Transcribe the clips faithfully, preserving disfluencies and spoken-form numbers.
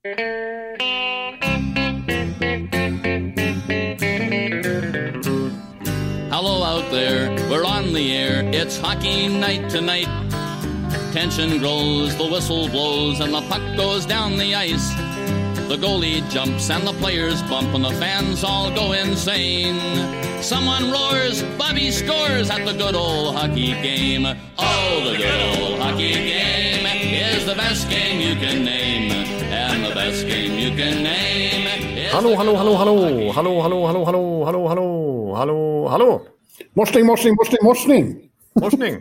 Hello out there, we're on the air, it's hockey night tonight. Tension grows, the whistle blows, and the puck goes down the ice. The goalie jumps and the players bump and the fans all go insane. Someone roars, Bobby scores at the good old hockey game. Oh, the good old hockey game is the best game you can name. And the best game you can name is... Hallå, hallå, hallå, hallå, hallå, hallå, hallå, hallå, hallå, hallå, hallå, hallå. Morsning, morsning, morsning, morsning. Morsning.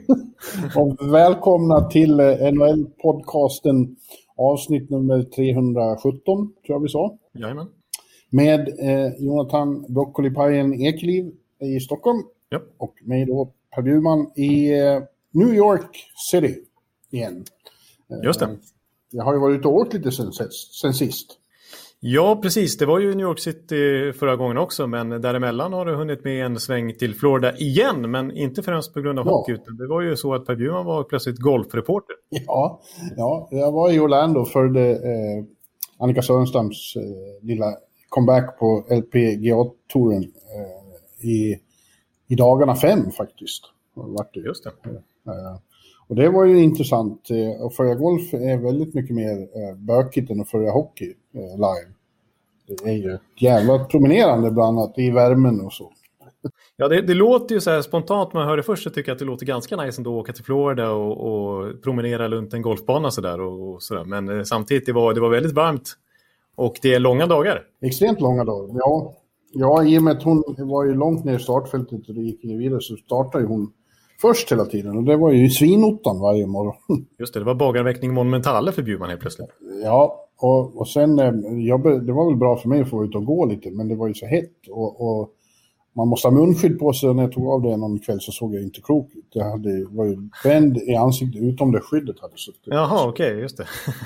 Och välkomna till N H L-podcasten avsnitt nummer trehundrasjutton, tror jag vi sa. Jajamän. Med eh, Jonathan Broccolipajen Ekeliv i Stockholm. Japp. Och mig då, Per Bjurman i eh, New York City igen. Eh, Just det. Jag har ju varit ute och åkt lite sen, sen sist. Ja, precis. Det var ju New York City förra gången också, men däremellan har du hunnit med en sväng till Florida igen, men inte främst på grund av ja. hockey, utan det var ju så att Per Bjurman var plötsligt golfreporter. Ja, ja, jag var i Orlando för det, eh, Annika Sörenstams eh, lilla comeback på L P G A-touren eh, i, i dagarna fem faktiskt. Vart det. Just det. Eh, och det var ju intressant. Eh, att följa golf är väldigt mycket mer eh, bökigt än att följa hockey eh, live. Det är ju jävla promenerande bland annat i värmen och så. Ja, det, det låter ju så här spontant. Man hör det först så tycker jag att det låter ganska nice ändå att åka till Florida och, och promenera runt en golfbana sådär och, och sådär. Men eh, samtidigt, det var, det var väldigt varmt och det är långa dagar. Extremt långa dagar, ja. Ja, i och med att hon var ju långt ner i startfältet och det gick vidare så startade ju hon först hela tiden. Och det var ju i svinottan varje morgon. Just det, det var bagarväckning monumentala för Bjurman helt plötsligt. Ja, och, och sen, jag, det var väl bra för mig att få ut och gå lite, men det var ju så hett. Och, och man måste ha munskydd på sig, och när jag tog av det någon kväll så såg jag inte klok ut. Det hade, var ju bränd i ansiktet utom det skyddet hade suttit. Jaha, okej, okay, just det.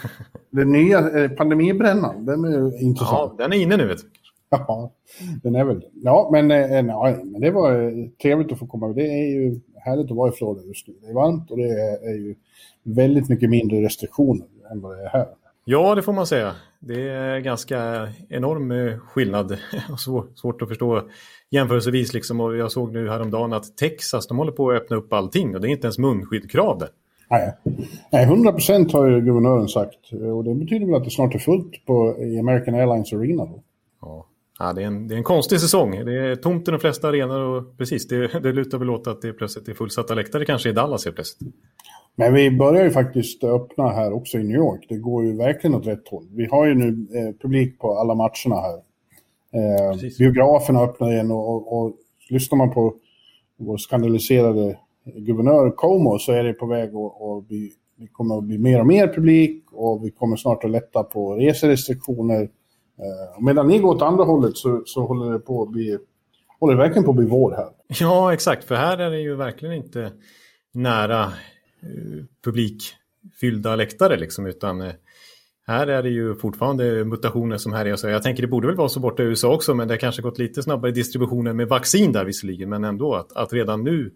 Den nya eh, pandemibrännan, den är intressant. Ja, den är inne nu vet du. Ja, den är väl. Ja, men, eh, nej, men det var eh, trevligt att få komma. Det är ju härligt att vara i Florida just nu. Det är varmt och det är, är ju väldigt mycket mindre restriktioner än vad det är här. Ja, det får man säga. Det är ganska enorm skillnad. Svår, svårt att förstå jämförelsevis. Liksom. Och jag såg nu häromdagen att Texas, de håller på att öppna upp allting. Och det är inte ens munskyddkrav där. Nej, Nej hundra procent har ju guvernören sagt. Och det betyder väl att det snart är fullt på i American Airlines Arena då. Ja. Ja, det är, en, det är en konstig säsong. Det är tomt i de flesta arenor och precis, det, det lutar väl åt att det plötsligt är fullsatta läktare kanske i Dallas helt plötsligt. Men vi börjar ju faktiskt öppna här också i New York. Det går ju verkligen åt rätt håll. Vi har ju nu eh, publik på alla matcherna här. Eh, biograferna öppnar igen och, och, och lyssnar man på vår skandaliserade guvernör Cuomo så är det på väg att och bli, det kommer att bli mer och mer publik och vi kommer snart att lätta på reserestriktioner. Uh, medan ni går åt andra hållet så, så håller det på att bli håller det verkligen på att bli vår här. Ja, exakt. För här är det ju verkligen inte nära uh, publikfyllda läktare liksom, utan uh, här är det ju fortfarande mutationer som här är. Så jag tänker det borde väl vara så borta i U S A också, men det har kanske gått lite snabbare distributionen med vaccin där visserligen, men ändå att, att redan nu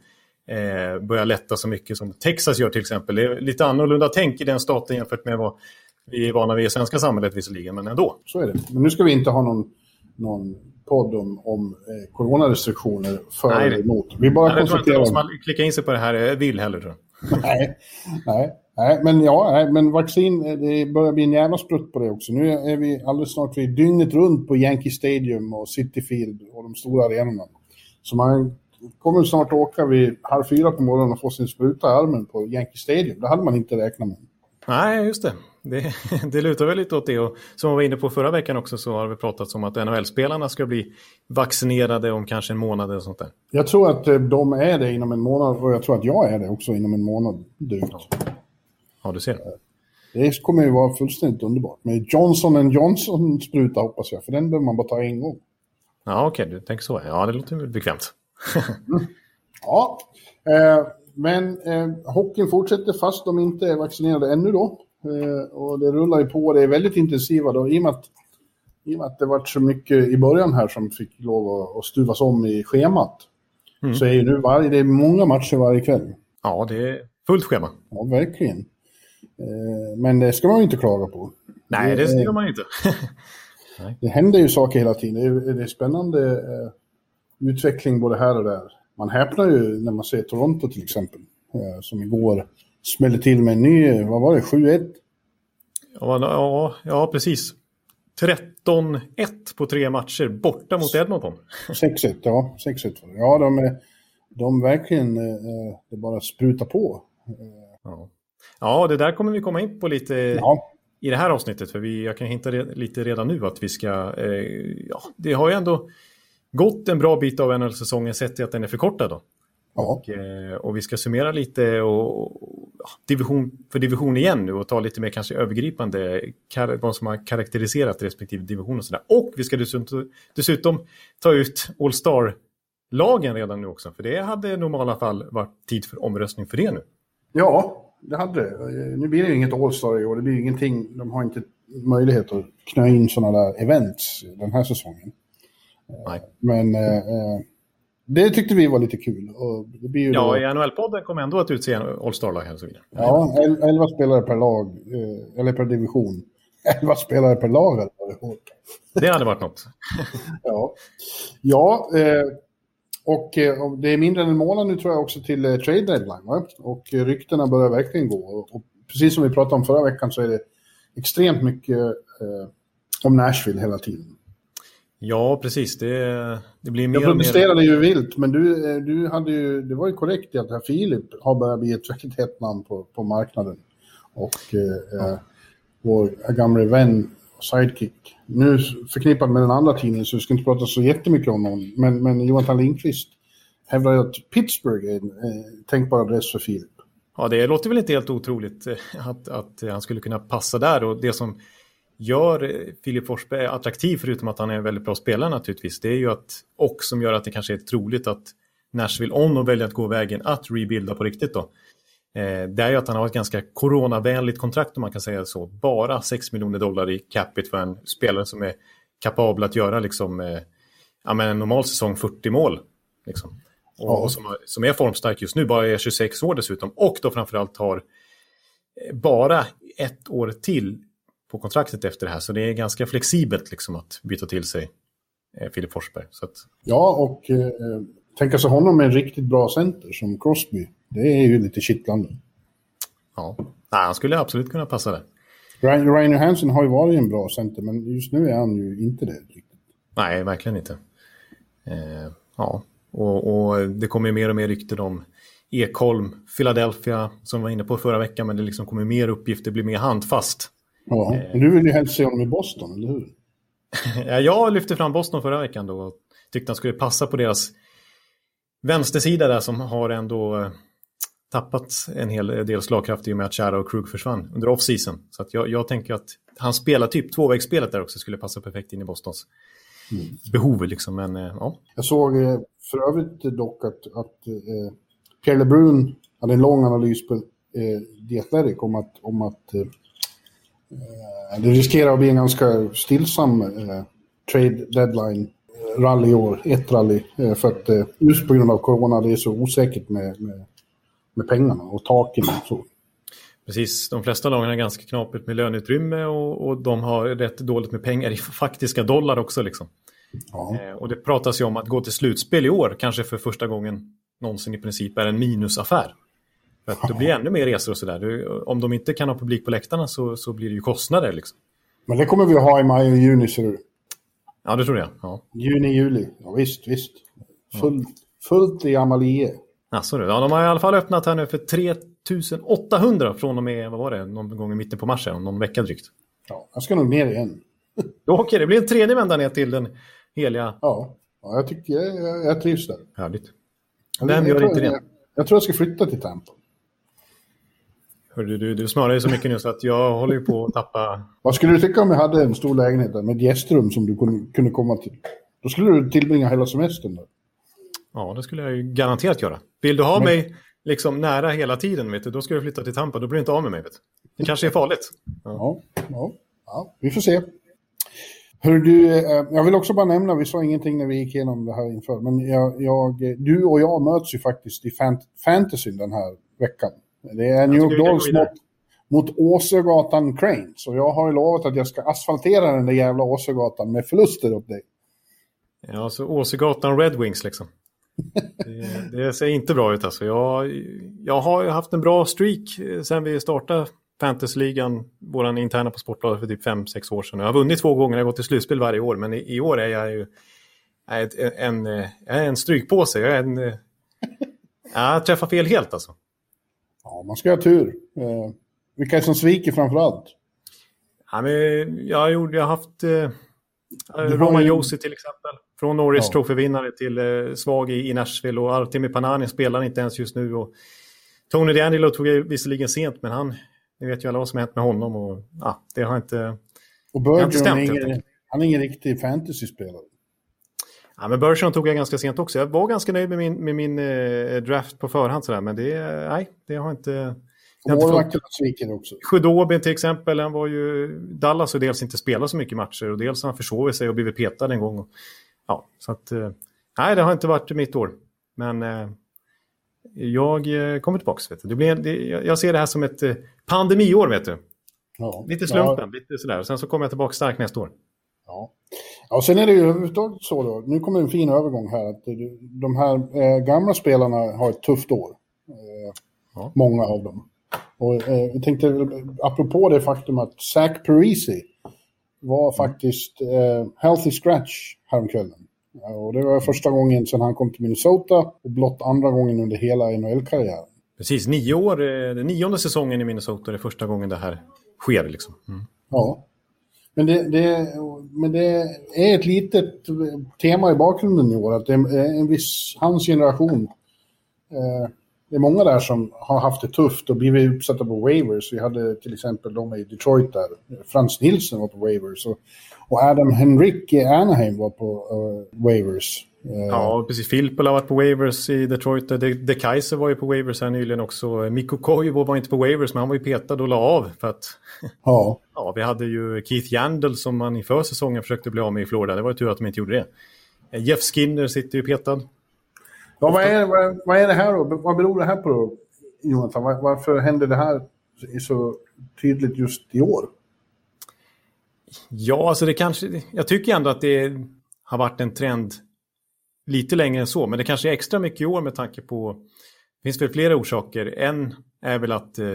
eh, börja lätta så mycket som Texas gör till exempel. Det är lite annorlunda tänk i den staten jämfört med vad vi är vana vid i svenska samhället visserligen, men ändå. Så är det. Men nu ska vi inte ha någon, någon podd om, om eh, coronarestriktioner för eller emot. Vi bara nej, konstaterar... Jag tror inte att de som klickar in sig på det här vill heller, tror jag. nej, nej, nej, men ja, nej, men vaccin, det börjar bli en jävla sprutt på det också. Nu är vi alldeles snart vid dygnet runt på Yankee Stadium och Citi Field och de stora arenorna. Så man kommer snart åka vid halv fyra på morgonen och få sin spruta i armen på Yankee Stadium. Det hade man inte räknat med. Nej, just det. Det, det lutar väl lite åt det. Och som vi var inne på förra veckan också så har vi pratat om att N H L-spelarna ska bli vaccinerade om kanske en månad eller sånt där. Jag tror att de är det inom en månad och jag tror att jag är det också inom en månad drygt. Ja, ja du ser. Det kommer ju vara fullständigt underbart. Med Johnson and Johnson spruta hoppas jag, för den behöver man bara ta en gång. Ja, okej, okay, du tänker så. Ja, det låter bekvämt. mm. Ja, eh, men eh, hockeyn fortsätter fast de inte är vaccinerade ännu då. Eh, och det rullar ju på, det är väldigt intensiva då, i och med att, i och med att det var så mycket i början här som fick lov att, att stuvas om i schemat. Mm. Så är ju nu varje, det är många matcher varje kväll. Ja, det är fullt schema. Ja, verkligen. Eh, men det ska man ju inte klaga på. Nej, det, det gör man inte. Det händer ju saker hela tiden. Det är, det är spännande eh, utveckling både här och där. Man häpnar ju när man ser Toronto till exempel. Eh, som igår smällde till med en ny, vad var det, sju ett? Ja, ja, ja, precis. tretton ett på tre matcher borta mot Edmonton. sex ett, ja. sex ett. Ja, de, är, de verkligen eh, det bara sprutar på. Ja. ja, det där kommer vi komma in på lite ja. i det här avsnittet. För vi, jag kan hinta re- lite redan nu att vi ska... Eh, ja, det har ju ändå gått en bra bit av N H L-säsongen sett till att den är förkortad då. Ja. Och, eh, och vi ska summera lite och, och, ja, division för division igen nu och ta lite mer kanske övergripande kar- vad som har karaktäriserat respektive division och sådär. Och vi ska dessutom, dessutom ta ut All-Star-lagen redan nu också. För det hade i normala fall varit tid för omröstning för det nu. Ja, det hade det. Nu blir det ju inget All-Star i år. Det blir ingenting, de har inte möjlighet att knö in sådana där events den här säsongen. Nej. Men eh, det tyckte vi var lite kul. Och det blir ju ja, då... i N H L-podden kommer ändå att utse en All-Star-lag och så vidare. Ja, elva spelare per lag, eh, eller per division. elva spelare per lag. Eller? Det hade varit något. ja, ja eh, och, och det är mindre än en månad nu tror jag också till eh, trade deadline. Va? Och eh, ryktena börjar verkligen gå. Och, och precis som vi pratade om förra veckan så är det extremt mycket eh, om Nashville hela tiden. Ja, precis. Det, det blir mer Jag protesterade mer... ju vilt, men du, du hade ju, det var ju korrekt i att här Filip har börjat bli ett väldigt hett namn på, på marknaden. Och eh, ja. vår gamla vän och sidekick. Nu förknippad med den andra tidningen så vi ska inte prata så jättemycket om någon. Men, men Jonathan Lindqvist hävdar att Pittsburgh är en eh, tänkbar adress för Filip. Ja, det låter väl inte helt otroligt att, att han skulle kunna passa där. Och det som gör Filip Forsberg attraktiv, förutom att han är en väldigt bra spelare naturligtvis, det är ju att, och som gör att det kanske är troligt att Nashville, om de väljer att gå vägen att rebuilda på riktigt då, eh, det är ju att han har ett ganska coronavänligt kontrakt om man kan säga så. Bara sex miljoner dollar i capita för en spelare som är kapabel att göra liksom, eh, ja, men en normal säsong fyrtio mål. Liksom. Och, ja. och som, som är formstark just nu, bara är tjugosex år dessutom. Och då framförallt har bara ett år till på kontraktet efter det här. Så det är ganska flexibelt liksom att byta till sig eh, Filip Forsberg. Så att... Ja, och eh, tänka sig honom med en riktigt bra center som Crosby. Det är ju lite kittlande. Ja, nej, han skulle absolut kunna passa det. Ryan, Ryan Johansson har ju varit en bra center, men just nu är han ju inte det riktigt. Nej, verkligen inte. Eh, ja, och, och det kommer ju mer och mer rykten om Ekholm, Philadelphia, som var inne på förra veckan, men det liksom kommer mer uppgifter, det blir mer handfast. Ja, men du vill ju helst se honom i Boston, eller hur? Ja, jag lyfte fram Boston förra veckan då och tyckte han skulle passa på deras vänstersida där som har ändå tappat en hel del slagkraft i och med att Chara och Krug försvann under off-season. Så att jag, jag tänker att han spelar typ tvåvägsspelet där också skulle passa perfekt in i Bostons mm. behov liksom, men ja. Jag såg för övrigt dock att, att eh, Pierre LeBrun hade en lång analys på eh, The Athletic om att, om att eh, det riskerar att bli en ganska stillsam eh, trade deadline eh, rally i år, ett rally, eh, för att eh, just på grund av corona det är så osäkert med, med, med pengarna och taken och så. Precis, de flesta lagen har ganska knapert med löneutrymme och, och de har rätt dåligt med pengar i faktiska dollar också liksom. Ja. Eh, och det pratas ju om att gå till slutspel i år, kanske för första gången någonsin i princip, är en minusaffär. För att det blir ännu mer resor och sådär. Om de inte kan ha publik på läktarna så, så blir det ju kostnader liksom. Men det kommer vi att ha i maj och juni, ser du. Ja, det tror jag. Ja. Juni, juli. Ja, visst, visst. Full, fullt i Amalie. Ja, så ja, de har i alla fall öppnat här nu för tre tusen åttahundra från och med, vad var det, någon gång i mitten på mars, någon vecka drygt. Ja, jag ska nog ner igen. Då, okej, det blir en tredje vända ner till den heliga. Ja, ja jag tycker jag, jag trivs där. Härligt. Vem gör inte det? Jag, jag tror jag ska flytta till Tampa. Hörru, du, du smarar ju så mycket nu så att jag håller ju på att tappa... Vad skulle du tycka om jag hade en stor lägenhet där med gästrum som du kunde, kunde komma till? Då skulle du tillbringa hela semestern där. Ja, det skulle jag ju garanterat göra. Vill du ha Men... mig liksom nära hela tiden, vet du, då ska du flytta till Tampa. Då blir du inte av med mig, vet du. Det kanske är farligt. Ja, ja, ja, ja vi får se. Hörru, du, jag vill också bara nämna, vi sa ingenting när vi gick igenom det här inför, men jag, jag, du och jag möts ju faktiskt i fant- fantasy den här veckan. Det är New York Dolls mot, mot Åsögatan Crane. Så jag har ju lovat att jag ska asfaltera den där jävla Åsögatan med förluster åt dig. Ja, så Åsögatan Red Wings liksom. Det, det ser inte bra ut alltså. Jag, jag har ju haft en bra streak sen vi startade Fantasyligan, våran interna på Sportbladet för typ fem sex år sedan. Jag har vunnit två gånger, jag har gått till slutspel varje år. Men i, i år är jag ju är ett, en, en, jag är en strykpåse. Jag är en... Jag träffar fel helt alltså. Ja, man ska ha tur. Eh, vilka är som sviker framförallt? Ja, men jag, gjorde, jag har haft eh, Roman ju... Josi till exempel. Från Norris ja. Trophy-vinnare till eh, svag i, i Nashville. Och Artemi Panani spelar inte ens just nu. Och Tony DeAngelo tog jag visserligen sent, men han, ni vet ju alla vad som har hänt med honom. Och ja, det har inte, och Bergeron, inte stämt. Ingen, han är ingen riktig fantasy-spelare. Ja, men Bergeron tog jag ganska sent också. Jag var ganska nöjd med min, med min eh, draft på förhand. Sådär, men det, nej, det har inte... Och målvakterna sviker också. Khudobin till exempel, han var ju... Dallas och dels inte spelat så mycket matcher. Och dels har han försovit sig och blivit petad en gång. Och, ja, så att... Eh, nej, det har inte varit mitt år. Men eh, jag eh, kommer tillbaka. Vet du. Det blir, det, jag ser det här som ett eh, pandemiår, vet du. Ja. Lite slumpen, ja. Lite sådär. Sen så kommer jag tillbaka starkt nästa år. Ja. Ja, sen är det ju överhuvudtaget så då. Nu kommer en fin övergång här. Att de här eh, gamla spelarna har ett tufft år. Eh, ja. Många av dem. Och eh, jag tänkte, apropå det faktum att Zach Parise var faktiskt eh, healthy scratch häromkvällen. Ja, och det var första gången sedan han kom till Minnesota och blott andra gången under hela N H L-karriären. Precis, nio år, den nionde säsongen i Minnesota är första gången det här sker liksom. Mm. Ja. Men det, det, men det är ett litet tema i bakgrunden i år. Att det är en viss, hans generation. Eh, det är många där som har haft det tufft och blivit utsatta på waivers. Vi hade till exempel de i Detroit där. Frans Nilsson var på waivers. Och, och Adam Henrik i Anaheim var på uh, waivers. Eh, ja, precis. Filppel har varit på waivers i Detroit. De, De Kaiser var ju på waivers här nyligen också. Mikko Koivu var inte på waivers, men han var ju petad och la av. För att, ja. ja, vi hade ju Keith Yandel som man i försäsongen försökte bli av med i Florida. Det var ju tur att de inte gjorde det. Jeff Skinner sitter ju petad. Ja, vad är, vad, vad är det här då? Vad beror det här på då, Jonathan? Var, varför händer det här så tydligt just i år? Ja, alltså det kanske... Jag tycker ändå att det har varit en trend lite längre än så. Men det kanske är extra mycket i år med tanke på... Det finns väl flera orsaker. En är väl att... Eh,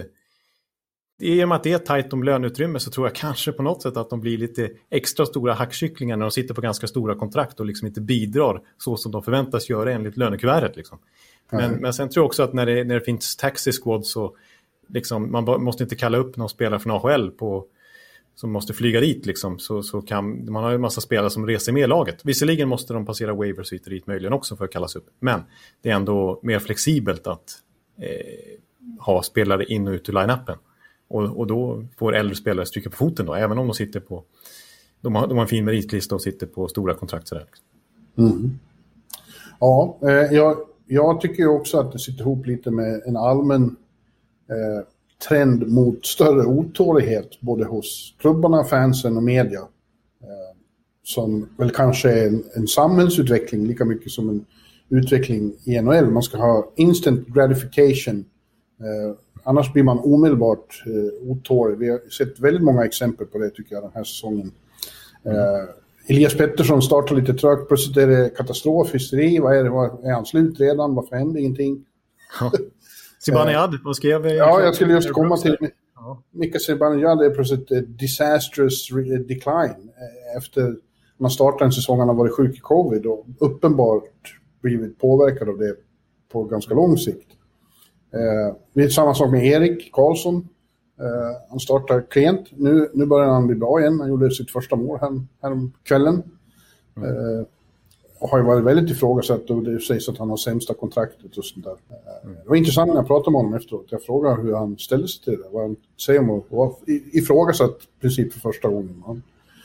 I och med att det är tajt om löneutrymme så tror jag kanske på något sätt att de blir lite extra stora hackkycklingar när de sitter på ganska stora kontrakt och liksom inte bidrar så som de förväntas göra enligt lönekuvertet. Liksom. Men, mm. men sen tror jag också att när det, när det finns taxi squad så liksom, man måste inte kalla upp någon spelare från A H L på, som måste flyga dit. Liksom, så, så kan, man har ju en massa spelare som reser med laget. Visserligen måste de passera waivers och dit möjligen också för att kallas upp. Men det är ändå mer flexibelt att eh, ha spelare in och ut ur line-upen. Och, och då får äldre spelare stryka på foten då, även om de sitter på de har, de har en fin meritlista och sitter på stora kontrakt sådär. Mm. Ja, eh, jag, jag tycker ju också att det sitter ihop lite med en allmän eh, trend mot större otålighet både hos klubbarna, fansen och media. Eh, som väl kanske är en, en samhällsutveckling lika mycket som en utveckling i N H L. Man ska ha instant gratification. Eh, Annars blir man omedelbart eh, otålig. Vi har sett väldigt många exempel på det tycker jag den här säsongen. Eh, Elias Pettersson startar lite trögt. Plötsligt är det katastrof, hysteri. Vad är det? Vad är han slut redan? Varför händer ingenting? Ja. Zibanejad, vad skrev jag? Ja, jag skulle just komma till ja. Mika Zibanejad är plötsligt ett disastrous decline. Efter man startade en säsong han har varit sjuk i covid och uppenbart blivit påverkad av det på ganska lång sikt. Eh, det är samma sak med Erik Karlsson. Eh, han startar klent. Nu, nu börjar han bli bra igen. Han gjorde sitt första mål här, här om kvällen. Mm. Eh, och har ju varit väldigt ifrågasatt och det sägs att han har sämsta kontraktet och sånt där. Eh, mm. Det var intressant när jag pratade med honom efteråt. Jag frågade hur han ställde sig till det. Vad han säger om att vara ifrågasatt princip för första gången. Han,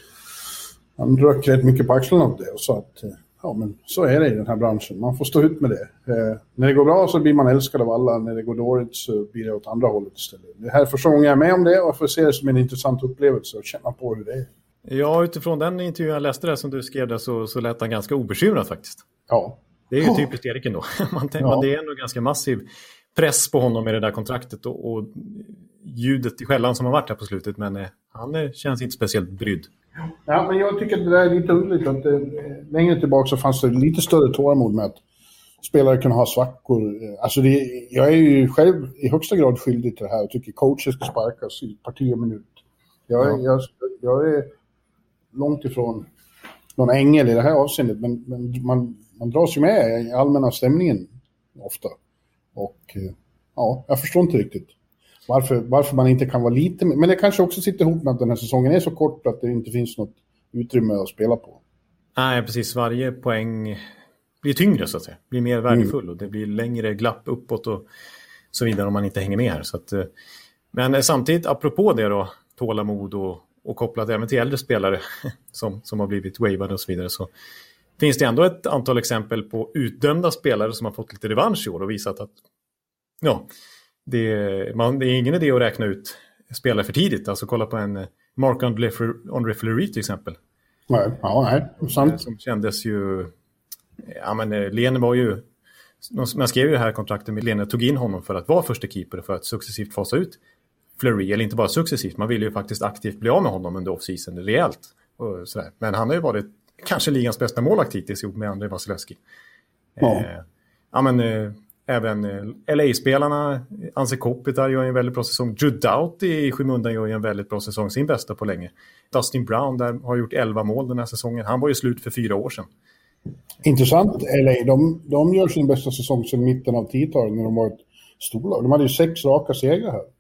han rök rätt mycket på axlarna av det och sa att ja, men så är det i den här branschen. Man får stå ut med det. Eh, när det går bra så blir man älskad av alla. När det går dåligt så blir det åt andra hållet istället. Det här är första gången jag är med om det och får se det som en intressant upplevelse och känna på hur det är. Ja, utifrån den intervjun jag läste där som du skrev där så, så lät han ganska obekymrad faktiskt. Ja. Det är ju typiskt Erik ändå. Man tänker, ja. Det är ändå ganska massiv press på honom med det där kontraktet och, och ljudet i skällan som har varit här på slutet, men eh, han eh, känns inte speciellt brydd. Ja, men jag tycker att det där är lite underligt att eh, längre tillbaka så fanns det lite större tålamod med att spelare kan ha svackor. Alltså det, jag är ju själv i högsta grad skyldig till det här och tycker coacher ska sparkas i parti och minut. Jag, ja. jag, jag är långt ifrån någon ängel i det här avseendet, men, men man, man dras ju med i allmänna stämningen ofta. Och ja, jag förstår inte riktigt varför, varför man inte kan vara lite... Men det kanske också sitter ihop med att den här säsongen är så kort att det inte finns något utrymme att spela på. Nej, precis. Varje poäng blir tyngre så att säga. Blir mer värdefull mm. och det blir längre glapp uppåt och så vidare om man inte hänger med här. Så att, men samtidigt, apropå det då, tålamod och, och kopplat även till äldre spelare som, som har blivit wavade och så vidare, så finns det ändå ett antal exempel på utdömda spelare som har fått lite revansch i år och visat att ja, det, man, det är ingen idé att räkna ut spelare för tidigt. Alltså kolla på en Marc-André Fleury till exempel. Nej, ja, nej, sant. Som kändes ju... Ja, men Lene var ju... Man skrev ju det här kontraktet med Lene, tog in honom för att vara första keeper för att successivt fasa ut Fleury. Eller inte bara successivt, man ville ju faktiskt aktivt bli av med honom under off-season rejält. Och sådär. Men han har ju varit kanske ligans bästa målakt hittills ihop med André Vasilevski. Ja. Eh, ja, men... Eh, Även L A-spelarna, Anse Kopitar gör en väldigt bra säsong. Jude Doughty i skymundan gör en väldigt bra säsong, sin bästa på länge. Dustin Brown där har gjort elva mål den här säsongen. Han var ju slut för fyra år sedan. Intressant, L A. De, de gör sin bästa säsong sedan mitten av tiotalet när de var ett storlag. De hade ju sex raka segrar här.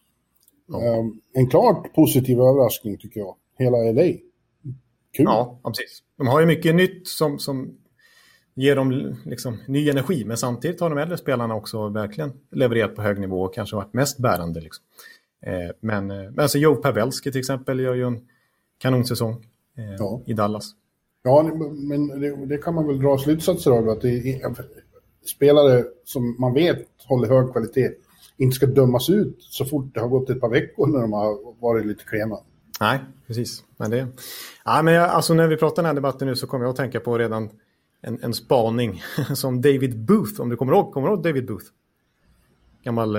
Ja. Um, en klart positiv överraskning tycker jag. Hela L A. Kul. Ja, precis. De har ju mycket nytt som... som ger dem liksom ny energi, men samtidigt har de äldre spelarna också verkligen levererat på hög nivå och kanske varit mest bärande. Liksom. Eh, men men alltså Joe Pavelski till exempel gör ju en kanonsäsong eh, ja. i Dallas. Ja, men det, det kan man väl dra slutsatser av att det är spelare som man vet håller hög kvalitet inte ska dömas ut så fort det har gått ett par veckor när de har varit lite klena. Nej, precis. Men det, ja, men jag, alltså när vi pratar den här debatten nu så kommer jag att tänka på redan En, en spaning som David Booth, om du kommer ihåg, kommer ihåg David Booth? Gammal, eh,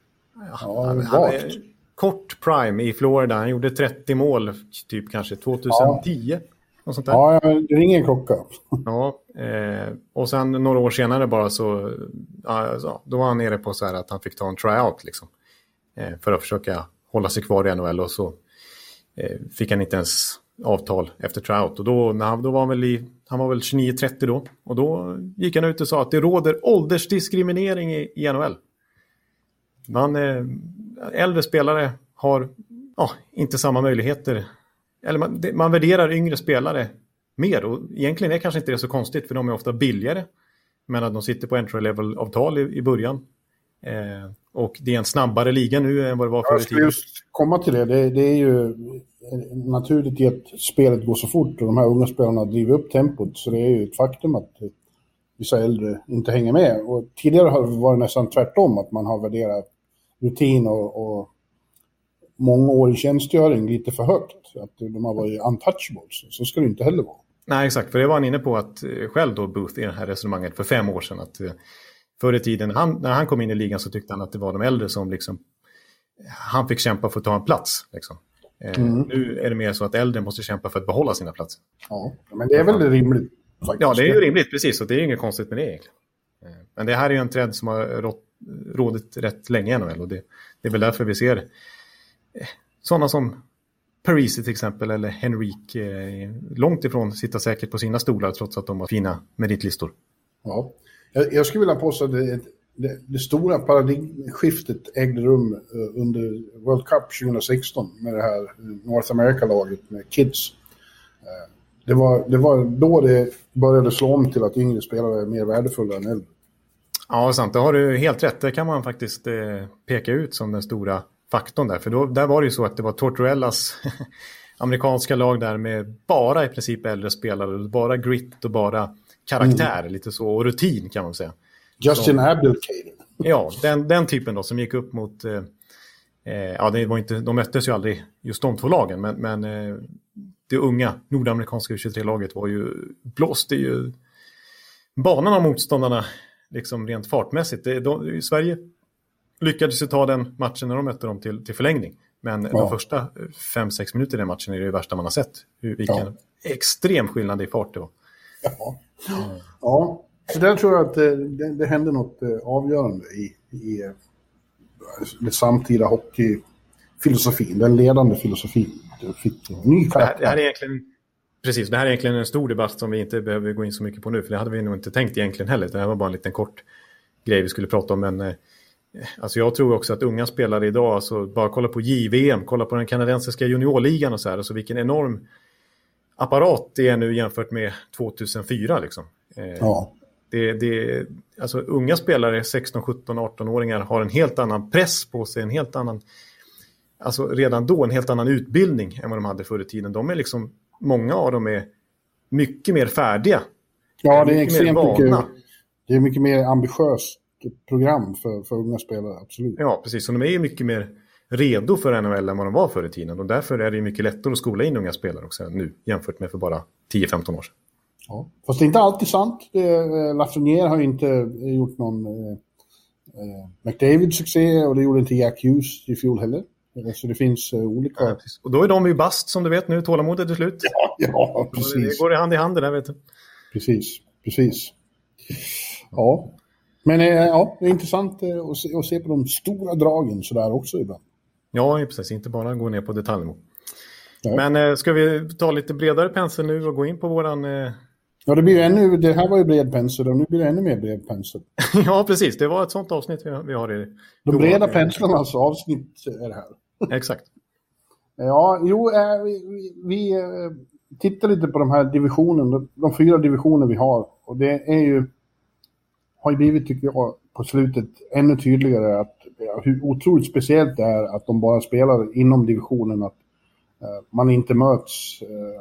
ja, han, han är kort prime i Florida. Han gjorde trettio mål typ kanske tjugohundratio. Ja, och sånt där. Ja, det ringer en klocka. Ja, eh, och sen några år senare bara så, alltså, då var han nere på så här att han fick ta en tryout liksom, eh, för att försöka hålla sig kvar i N H L och så eh, fick han inte ens avtal efter tryout. Och då, när han, då var han väl i Han var väl tjugonio trettio då. Och då gick han ut och sa att det råder åldersdiskriminering i, i N H L. Man, eh, äldre spelare har ja, inte samma möjligheter. Eller man, det, man värderar yngre spelare mer. Och egentligen är kanske inte det så konstigt för de är ofta billigare. Men att de sitter på entry-level-avtal i, i början. Eh, och det är en snabbare liga nu än vad det var förr i tiden. Jag skulle just komma till det. det. Det är ju naturligt i att spelet går så fort och de här unga spelarna driver upp tempot, så det är ju ett faktum att vissa äldre inte hänger med. Och tidigare har det varit nästan tvärtom, att man har värderat rutin och, och många år i tjänstgöring lite för högt, att de har varit untouchables. Så ska det inte heller vara. Nej, exakt, för det var han inne på att själv då Booth i det här resonemanget för fem år sedan, att förr i tiden, han, när han kom in i ligan så tyckte han att det var de äldre som liksom, han fick kämpa för att ta en plats liksom. Mm. Nu är det mer så att äldre måste kämpa för att behålla sina platser. Ja, men det är väl rimligt faktiskt. Ja, det är ju rimligt, precis. Och det är inget konstigt med det egentligen. Men det här är ju en trend som har rått, rådit rätt länge i N H L. Och det, det är väl därför vi ser sådana som Parisi till exempel eller Henrik eh, långt ifrån sitta säkert på sina stolar trots att de har fina meritlistor. Ja, jag, jag skulle vilja påstå att det, det, det stora paradigmskiftet ägde rum under World Cup tjugohundrasexton med det här North America-laget med Kids. Det var, det var då det började slå om till att yngre spelare är mer värdefulla än äldre. Ja, sant. Det har du helt rätt. Det kan man faktiskt eh, peka ut som den stora faktorn där. För då, där var det ju så att det var Tortorellas amerikanska lag där med bara i princip äldre spelare. Bara grit och bara karaktär, mm. lite så. Och rutin kan man säga. Justin Abdelkader. Ja, den, den typen då som gick upp mot... Eh, eh, ja, det var inte, de möttes ju aldrig just de två lagen. Men, men eh, det unga nordamerikanska U tjugotre-laget var ju... blåste ju banan av motståndarna liksom rent fartmässigt. Det, de, Sverige lyckades ju ta den matchen när de mötte dem till, till förlängning. Men ja. de första fem sex minuter i den matchen är det värsta man har sett. Vilken ja. extrem skillnad i fart det var. Ja, ja. Så där tror jag att det, det hände något avgörande i, i det samtida hockeyfilosofin, den ledande filosofin. Det fick ny karaktär. Det här är egentligen, precis, det här är egentligen en stor debatt som vi inte behöver gå in så mycket på nu, för det hade vi nog inte tänkt egentligen heller. Det här var bara en liten kort grej vi skulle prata om, men eh, alltså jag tror också att unga spelare idag, alltså bara kolla på J V M, kolla på den kanadensiska juniorligan och så här, alltså vilken enorm apparat det är nu jämfört med tvåtusenfyra liksom. Eh, ja. Det, det, alltså unga spelare, sexton, sjutton, arton-åringar har en helt annan press på sig, en helt annan, alltså redan då en helt annan utbildning än vad de hade förr i tiden. De är liksom, många av dem är mycket mer färdiga. Ja, det är extremt mycket, det är mycket mer ambitiöst program för, för unga spelare, absolut. Ja, precis. Så de är ju mycket mer redo för N H L än vad de var förr i tiden. Och därför är det mycket lättare att skola in unga spelare också nu jämfört med för bara tio femton år sedan. Ja, fast det är inte alltid sant. Eh, Lafreniere har ju inte gjort någon eh, eh, McDavid-succé, och det gjorde inte Jack Hughes i fjol heller. Så det finns eh, olika... Ja, och då är de ju bast, som du vet nu, tålamodet är slut. Ja, ja, precis. Det går i hand i hand det där, vet du. Precis, precis. Ja, men eh, ja, det är intressant eh, att, se, att se på de stora dragen sådär också ibland. Ja, precis. Inte bara gå ner på detaljnivå. Ja. Men eh, ska vi ta lite bredare pensel nu och gå in på våran... Eh... Ja, det blir ju ännu, det här var ju bred pensel och nu blir det ännu mer bred pensel. Ja, precis. Det var ett sånt avsnitt vi, vi har i... De breda penslarna, alltså avsnitt är det här. Exakt. Ja, jo, äh, vi, vi, vi äh, tittar lite på de här divisionerna, de, de fyra divisioner vi har. Och det är ju, har ju blivit, tycker jag, på slutet ännu tydligare att ja, hur otroligt speciellt det är att de bara spelar inom divisionen, att äh, man inte möts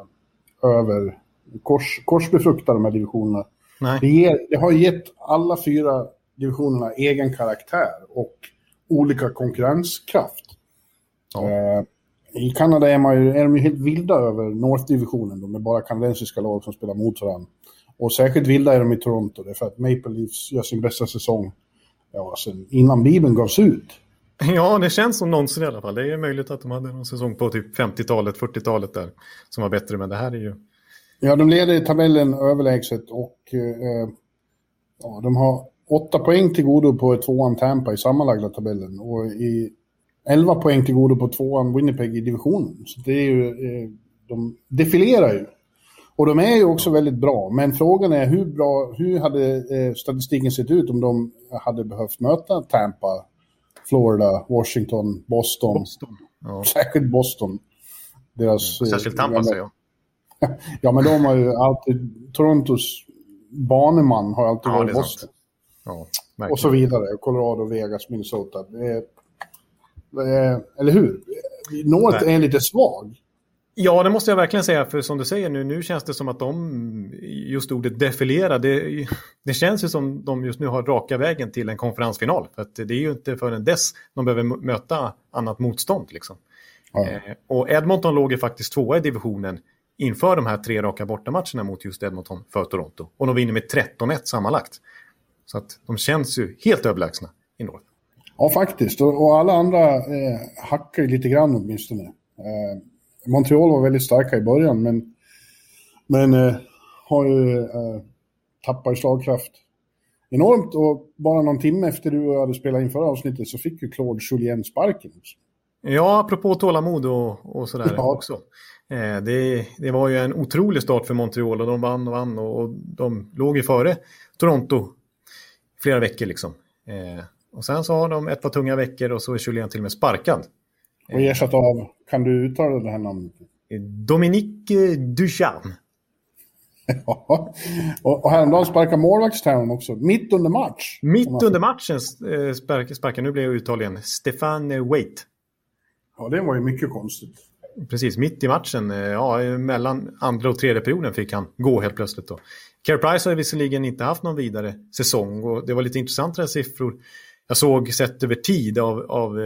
äh, över kors, korsbefruktar de här divisionerna. Nej. Det, ger, det har gett alla fyra divisionerna egen karaktär och olika konkurrenskraft. Ja. Eh, I Kanada är, man ju, är de ju helt vilda över North-divisionen. De är bara kanadensiska lag som spelar mot varandra. Och särskilt vilda är de i Toronto. Det är för att Maple Leafs gör sin bästa säsong ja, alltså, innan Bibeln gavs ut. Ja, det känns som någonsin i alla fall. Det är möjligt att de hade någon säsong på typ femtiotalet, fyrtiotalet där som var bättre, men det här är ju... Ja, de leder i tabellen överlägset och eh, ja, de har åtta poäng till godo på tvåan Tampa i sammanlagda tabellen och i elva poäng till godo på tvåan Winnipeg i divisionen. Så det är ju, eh, de defilerar ju. Och de är ju också väldigt bra, men frågan är hur bra, hur hade eh, statistiken sett ut om de hade behövt möta Tampa, Florida, Washington, Boston. Boston. Ja. Särskilt Boston. Deras, ja, särskilt Tampa, säger jag. Ja, men de har ju alltid, Torontos baneman har alltid ja, varit Boston. Ja, och så vidare. Colorado, Vegas, Minnesota. Det är, det är, eller hur? Något är lite svag. Ja, det måste jag verkligen säga. För som du säger nu, nu känns det som att de, just ordet defilera, det, det känns ju som de just nu har raka vägen till en konferensfinal. För att det är ju inte förrän dess de behöver möta annat motstånd. Liksom. Ja. Eh, och Edmonton låg ju faktiskt tvåa i divisionen inför de här tre raka bortamatcherna mot just Edmonton för Toronto. Och de vinner med tretton ett sammanlagt. Så att de känns ju helt överlägsna i North. Ja, faktiskt. Och, och alla andra eh, hackar ju lite grann åtminstone. Eh, Montreal var väldigt starka i början, men, men eh, har ju eh, tappat i slagkraft enormt. Och bara någon timme efter du hade spelat in förra avsnittet så fick ju Claude Julien sparken också. Ja, apropå tålamod och, och sådär ja. också. Eh, det, det var ju en otrolig start för Montreal och de vann och vann och, och de låg ju före Toronto flera veckor liksom. Eh, och sen så har de ett par tunga veckor och så är Julien till och med sparkad. Och ersatt av, kan du uttala det här namnet? Dominique Ducharme. Ja, och, och häromdagen sparkar målvaktstränaren också, mitt under match. Mitt under matchen sparkar, sparkar nu blev uttaligen Stefan Waite. Ja, det var ju mycket konstigt. Precis, mitt i matchen, ja, mellan andra och tredje perioden fick han gå helt plötsligt då. Carey Price har visserligen inte haft någon vidare säsong och det var lite intressantare siffror. Jag såg sett över tid av, av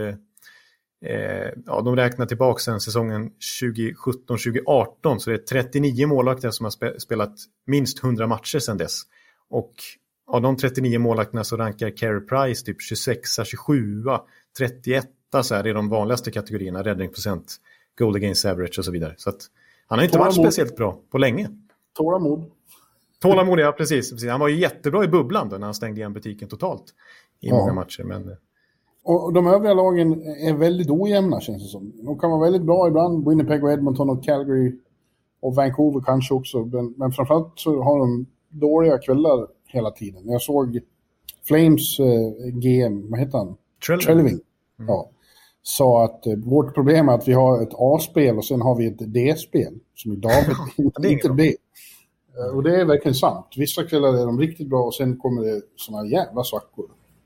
eh, ja, de räknar tillbaka sen säsongen tjugo sjutton tjugo arton så det är trettionio målvakter som har spe, spelat minst hundra matcher sedan dess. Och av de trettionio målvakterna så rankar Carey Price typ tjugosex, tjugosju, trettioett så här, det är de vanligaste kategorierna, räddningsprocent, goal against average och så vidare. Så att han har inte Tålamod. varit speciellt bra på länge. Tålamod. Tålamod, ja precis, precis. Han var ju jättebra i bubblan då, när han stängde igen butiken totalt i ja. många matcher. Men... Och de övriga lagen är väldigt ojämna, känns det som. De kan vara väldigt bra ibland, Winnipeg och Edmonton och Calgary och Vancouver kanske också. Men, men framförallt så har de dåliga kvällar hela tiden. Jag såg Flames eh, G M, vad heter han? Treliving. Mm. Ja. Sa att eh, vårt problem är att vi har ett A-spel och sen har vi ett D-spel som idag är inte B. Uh, och det är verkligen sant. Vissa kvällar är de riktigt bra och sen kommer det såna jävla svackor.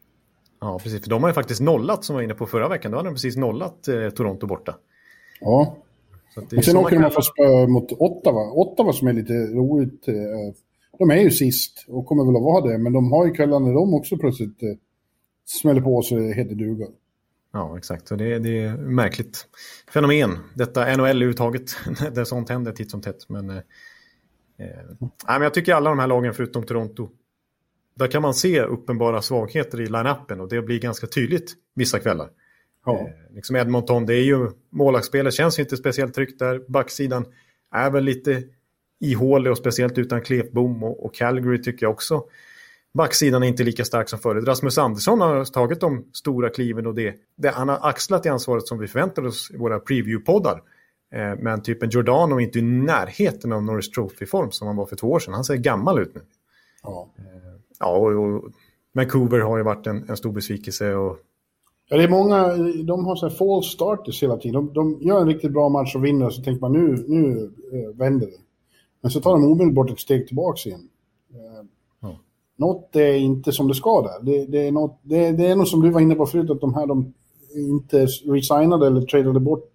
Ja, precis. För de har ju faktiskt nollat, som var inne på förra veckan. Då hade de precis nollat eh, Toronto borta. Ja. Så att det och sen åker de att spö mot Ottawa. Ottawa som är lite roligt. Eh, de är ju sist och kommer väl att vara det. Men de har ju kvällar när de också plötsligt eh, smäller på så det heter duga. Ja, exakt. Så det, det är märkligt fenomen. Detta N H L-uttaget. Det sånt händer titt som tätt. Men, eh, eh, men jag tycker alla de här lagen förutom Toronto, där kan man se uppenbara svagheter i line-upen och det blir ganska tydligt vissa kvällar. Ja. Eh, liksom Edmonton, det är ju målvaktsspelet, känns ju inte speciellt tryggt där. Backsidan är väl lite ihålig och speciellt utan Klefbom och, och Calgary tycker jag också. Backsidan är inte lika stark som förut. Rasmus Andersson har tagit de stora kliven och det, det han har axlat i ansvaret som vi förväntade oss i våra preview-poddar. Eh, men typ en Giordano är inte i närheten av Norris Trophy-form som han var för två år sedan. Han ser gammal ut nu. Ja. Eh, ja, och, och Vancouver har ju varit en, en stor besvikelse. Och... Ja, det är många, de har så här fall starters hela tiden. De, de gör en riktigt bra match och vinner, så tänker man nu, nu eh, vänder det. Men så tar de omedelbart ett steg tillbaka igen. Eh, ja. Något är inte som det ska där. Det, det, är något, det, det är något som du var inne på förut, att de här de inte resignade eller tradade bort.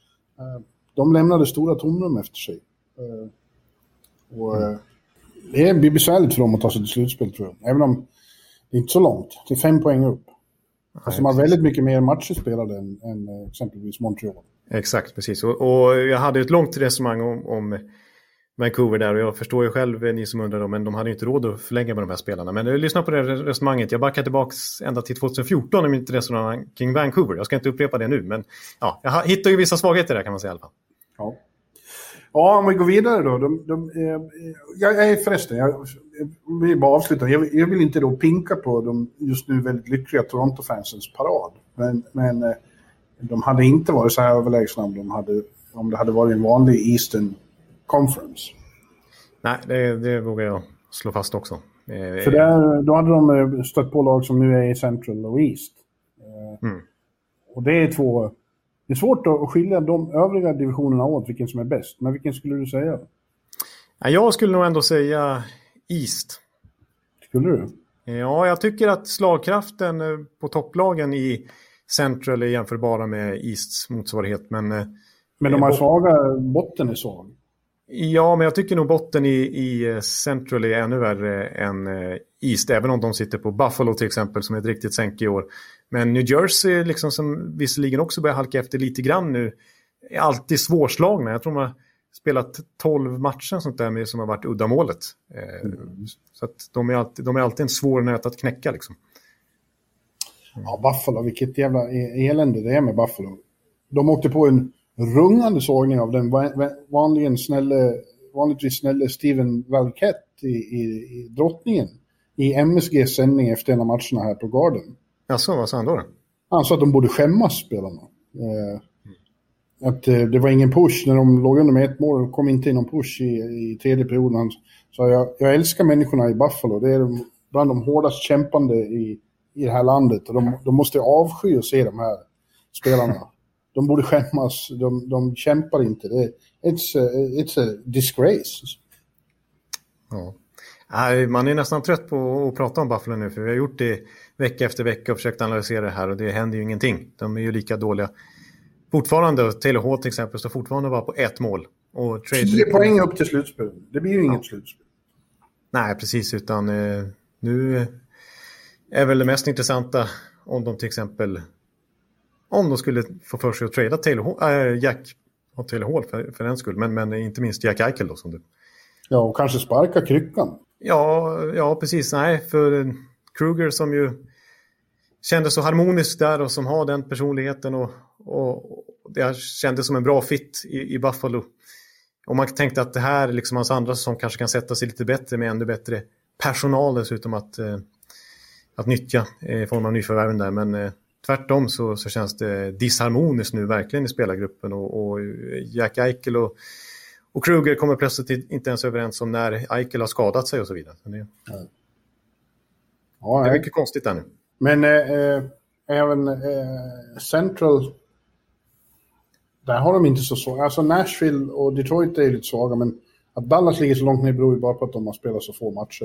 Eh, de lämnade stora tomrum efter sig. Eh, och mm. det blir besvärligt för dem att ta sig till slutspel, tror jag. Även om det är inte så långt. Det är fem poäng upp. Fast de har väldigt mycket mer matcher spelade än, än exempelvis Montreal. Exakt, precis. Och, och jag hade ett långt resonemang om, om Vancouver där. Och jag förstår ju själv, ni som undrar, men de hade ju inte råd att förlänga med de här spelarna. Men lyssna på det resonemanget. Jag backar tillbaka ända till tjugohundrafjorton i mitt resonemang kring Vancouver. Jag ska inte upprepa det nu, men ja, jag hittar ju vissa svagheter där, kan man säga i alla fall. Ja. Ja, om vi går vidare då. De, de, eh, jag är förresten, jag vill bara avsluta. Jag, jag vill inte då pinka på de just nu väldigt lyckliga Toronto-fansens parad. Men, men eh, de hade inte varit så här överlägsna om, de hade, om det hade varit en vanlig Eastern Conference. Nej, det, det vågar jag slå fast också. Eh, För där, då hade de stött på lag som nu är i Central och East. Eh, mm. Och det är två... Det är svårt att skilja de övriga divisionerna åt vilken som är bäst. Men vilken skulle du säga? Ja, jag skulle nog ändå säga East. Skulle du? Ja, jag tycker att slagkraften på topplagen i Central är jämförbara med Easts motsvarighet. Men, men de har svaga, botten är svag. Ja, men jag tycker nog botten i, i Central är ännu värre än East. Även om de sitter på Buffalo till exempel, som är ett riktigt sänk i år. Men New Jersey, liksom, som visserligen också börjar halka efter lite grann nu, är alltid svårslagna. Jag tror man har spelat tolv matcher sånt där med, som har varit uddamålet. Mm. Så att de, är alltid, de är alltid en svår nöt att knäcka. Liksom. Mm. Ja, Buffalo, vilket jävla elände det är med Buffalo. De åkte på en rungande sågning av den vanligen snälle, vanligtvis snälle Steven Valquette i, i, i drottningen i M S G:s sändning efter en av matcherna här på Garden. Jaså, vad sa han då? då? Han sa att de borde skämmas, spelarna. Eh, att eh, det var ingen push när de låg under med ett mål. Det kom inte in någon push i, i tredje perioden. Han sa, jag, jag älskar människorna i Buffalo. Det är de, bland de hårdast kämpande i, i det här landet. Och de, de måste avsky att se de här spelarna. De borde skämmas. De, de kämpar inte. Det, it's, a, it's a disgrace. Ja. Man är nästan trött på att prata om Buffalo nu, för vi har gjort det vecka efter vecka och försökt analysera det här och det händer ju ingenting. De är ju lika dåliga fortfarande. Taylor Hall till exempel står fortfarande bara på ett mål. Och trade tio poäng upp till slutspel. Det blir ju inget ja. slutspel. Nej, precis. Utan eh, nu är väl det mest intressanta om de till exempel om de skulle få för sig att trada Taylor Hall, äh, Jack och Taylor Hall för, för en skull. Men, men inte minst Jack Eichel då som du. Ja, och kanske sparka kryckan. Ja, ja, precis. Nej, för Kruger som ju kändes så harmonisk där och som har den personligheten och, och det kändes som en bra fit i, i Buffalo. Och man tänkte att det här liksom hans andra som kanske kan sätta sig lite bättre med ännu bättre personal dessutom att, eh, att nyttja i form av nyförvärven där. Men eh, tvärtom så, så känns det disharmoniskt nu verkligen i spelargruppen och, och Jack Eichel och, och Kruger kommer plötsligt inte ens överens om när Eichel har skadat sig och så vidare. Så det, ja. Ja, det är mycket konstigt där nu. Men eh, även eh, Central, där har de inte så svaga. Alltså Nashville och Detroit är lite svaga, men att Dallas ligger så långt ner beror ju bara på att de har spelat så få matcher.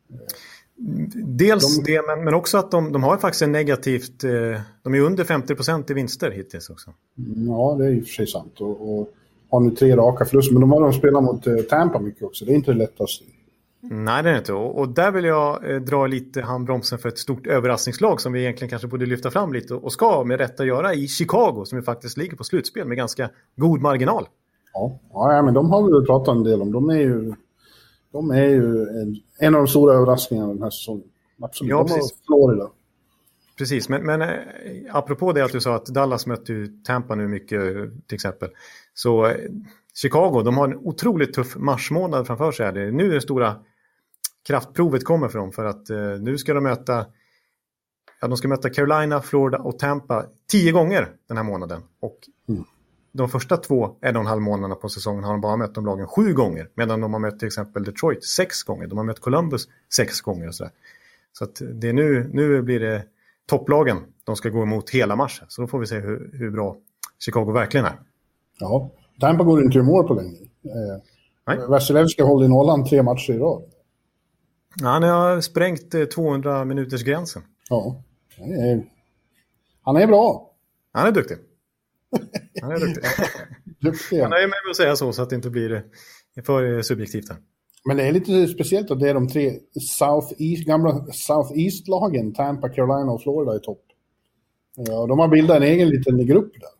Dels de, det, men, men också att de, de har faktiskt en negativt, eh, de är under femtio procent i vinster hittills också. Ja, det är ju för sig sant. Och, och har nu tre raka förluster, men de har de spelat mot eh, Tampa mycket också. Det är inte det lättaste. Nej, det är inte. Och, och där vill jag eh, dra lite handbromsen för ett stort överraskningslag som vi egentligen kanske borde lyfta fram lite och, och ska med rätta göra i Chicago som ju faktiskt ligger på slutspel med ganska god marginal. Ja, ja men de har vi väl pratat en del om. De är ju, de är ju en, en av de stora överraskningarna den här säsongen. Absolut, ja, de har Florida. Precis, men, men eh, apropå det att du sa att Dallas mötte ju Tampa nu mycket till exempel. Så eh, Chicago, de har en otroligt tuff marsmånad framför sig. Här. Nu är det stora kraftprovet kommer för dem för att eh, nu ska de möta ja, de ska möta Carolina, Florida och Tampa tio gånger den här månaden. Och mm. de första två en och en halv månaderna på säsongen har de bara mött de lagen sju gånger. Medan de har mött till exempel Detroit sex gånger. De har mött Columbus sex gånger och sådär. Så att det är nu, nu blir det topplagen de ska gå emot hela mars. Så då får vi se hur, hur bra Chicago verkligen är. Ja, Tampa går inte i mål på länge. Eh, Vasilevski håller i nollan tre matcher i rad. Ja, han har sprängt eh, tvåhundra minuters gränsen. Ja, är, han är bra. Han är duktig. Han är duktig. duktig. Han är med att säga så så att det inte blir för subjektivt här. Men det är lite speciellt att det är de tre Southeast, gamla Southeast-lagen, Tampa, Carolina och Florida i topp. Ja, de har bildat en egen liten grupp där.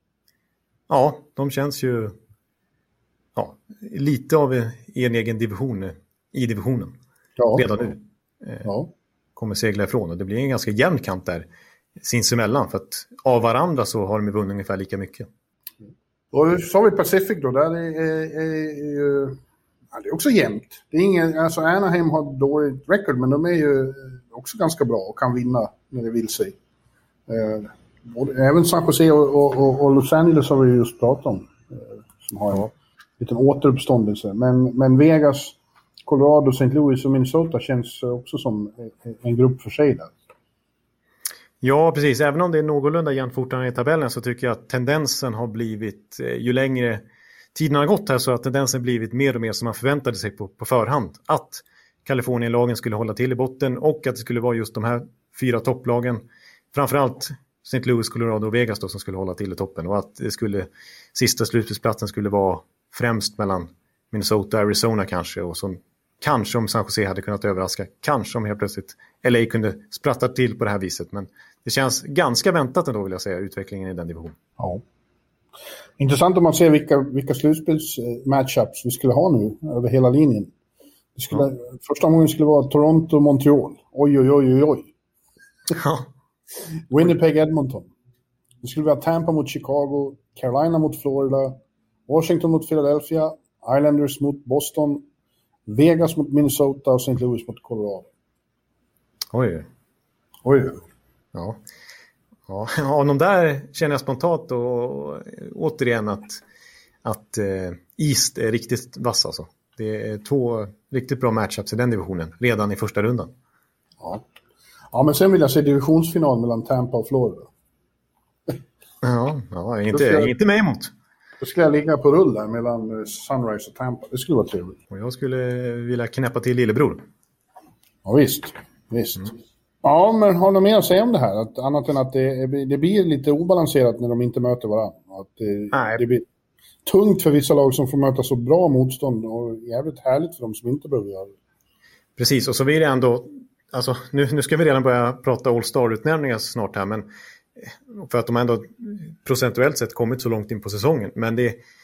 Ja, de känns ju ja, lite av en egen division i divisionen. Ja. Redan nu. Ja. Kommer segla ifrån och det blir en ganska jämn kant där sinsemellan för att av varandra så har de vunnit ungefär lika mycket. Och så har vi Pacific då, där är, är, är ju ja, det är också jämnt. Det är ingen, alltså Anaheim har dåligt record men de är ju också ganska bra och kan vinna när det vill sig. Eh, även San Jose och, och, och Los Angeles har vi just pratat om eh, som har en liten återuppståndelse. Men, men Vegas, Colorado, Saint Louis och Minnesota känns också som en grupp för sig där. Ja, precis. Även om det är någorlunda jämnt fortare i tabellen så tycker jag att tendensen har blivit, ju längre tiden har gått här så att tendensen blivit mer och mer som man förväntade sig på, på förhand. Att Kalifornien-lagen skulle hålla till i botten och att det skulle vara just de här fyra topplagen. Framförallt Saint Louis, Colorado och Vegas då, som skulle hålla till i toppen. Och att det skulle, sista slutspelsplatsen skulle vara främst mellan Minnesota och Arizona kanske. Och som kanske om San Jose hade kunnat överraska. Kanske om helt plötsligt L A kunde spratta till på det här viset. Men det känns ganska väntat ändå vill jag säga, utvecklingen i den divisionen. Ja. Intressant om man ser vilka, vilka slutspels-matchups vi skulle ha nu över hela linjen. Det skulle, ja. Första gången skulle vara Toronto-Montreal. Oj, oj, oj, oj, oj. Ja. Winnipeg-Edmonton. Det skulle vara Tampa mot Chicago, Carolina mot Florida, Washington mot Philadelphia, Islanders mot Boston, Vegas mot Minnesota och Saint Louis mot Colorado. Oj. Oj. Ja. Ja, av de där känner jag spontant och återigen att, att eh, East är riktigt vass alltså. Det är två riktigt bra matchups i den divisionen redan i första rundan. Ja, ja men sen vill jag se divisionsfinal mellan Tampa och Florida. Ja, ja inte, jag, inte mig emot. Då skulle jag ligga på rull där mellan Sunrise och Tampa. Det skulle vara trevligt. Och jag skulle vilja knäppa till lillebror. Ja visst, visst. Mm. Ja, men har du mer att säga om det här? Att, annat än att det, det blir lite obalanserat när de inte möter varandra. Att det, det blir tungt för vissa lag som får möta så bra motstånd och jävligt härligt för dem som inte behöver göra det. Precis, och så vill jag ändå... Alltså, nu, nu ska vi redan börja prata All-Star-utnämningar snart här, men för att de ändå procentuellt sett kommit så långt in på säsongen. Men det,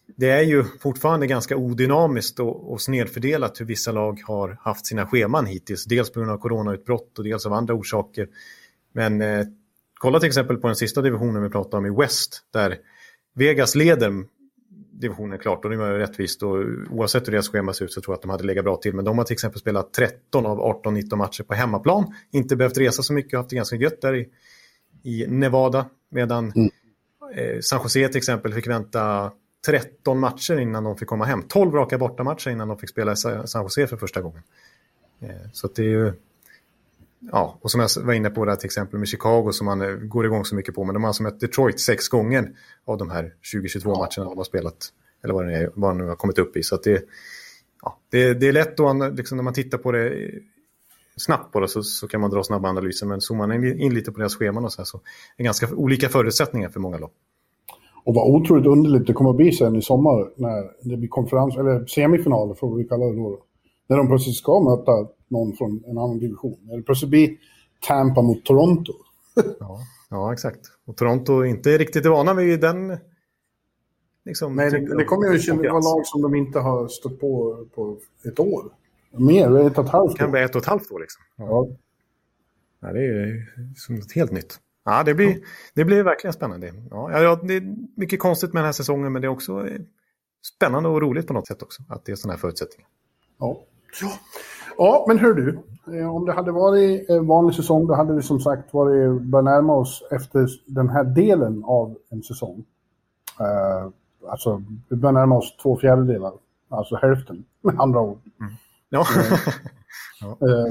det är ju fortfarande ganska odynamiskt och, och snedfördelat hur vissa lag har haft sina scheman hittills. Dels på grund av coronautbrott och dels av andra orsaker. Men eh, kolla till exempel på den sista divisionen vi pratade om i West, där Vegas leder divisionen klart, och det var rättvist, och oavsett hur deras schema ser ut så tror jag att de hade legat bra till, men de har till exempel spelat tretton av arton nitton matcher på hemmaplan, inte behövt resa så mycket och haft det ganska gött där i, i Nevada, medan mm. eh, San Jose till exempel fick vänta tretton matcher innan de fick komma hem, tolv raka bortamatcher innan de fick spela i San Jose för första gången. Eh, så att det är ju, ja, och som jag var inne på där till exempel med Chicago som man eh, går igång så mycket på, men de har alltså mött Detroit sex gånger av de här tjugo tjugotvå ja. matcherna de har spelat, eller vad det är, vad de nu har kommit upp i. Så att det, ja, det, det är lätt då, liksom, när man tittar på det snabbt på det så, så kan man dra snabba analyser, men zoomar man in lite på deras scheman och så här, så är det ganska olika förutsättningar för många lag. Och vad otroligt underligt det kommer att bli sen i sommar när det blir konferens, eller semifinaler får vi kalla det då. När de plötsligt ska möta någon från en annan division. När det plötsligt blir Tampa mot Toronto. ja, ja, exakt. Och Toronto är inte riktigt vana vid den. Liksom, Nej, det, det kommer ju att vara lag som de inte har stått på på ett år. Mer, ett och ett halvt år. Det kan bli ett och ett halvt år liksom. Ja. Ja. Ja, det är som något helt nytt. Ja, det blir, det blir verkligen spännande. Ja, ja, det är mycket konstigt med den här säsongen, men det är också spännande och roligt på något sätt också, att det är sådana här förutsättningar. Ja. Ja. Ja, men hör du, om det hade varit en vanlig säsong, då hade vi som sagt varit, börjat närma oss efter den här delen av en säsong. Uh, alltså, vi börjar närma oss två fjärdedelar, alltså hälften, med andra ord. Mm. Ja. ja. Uh,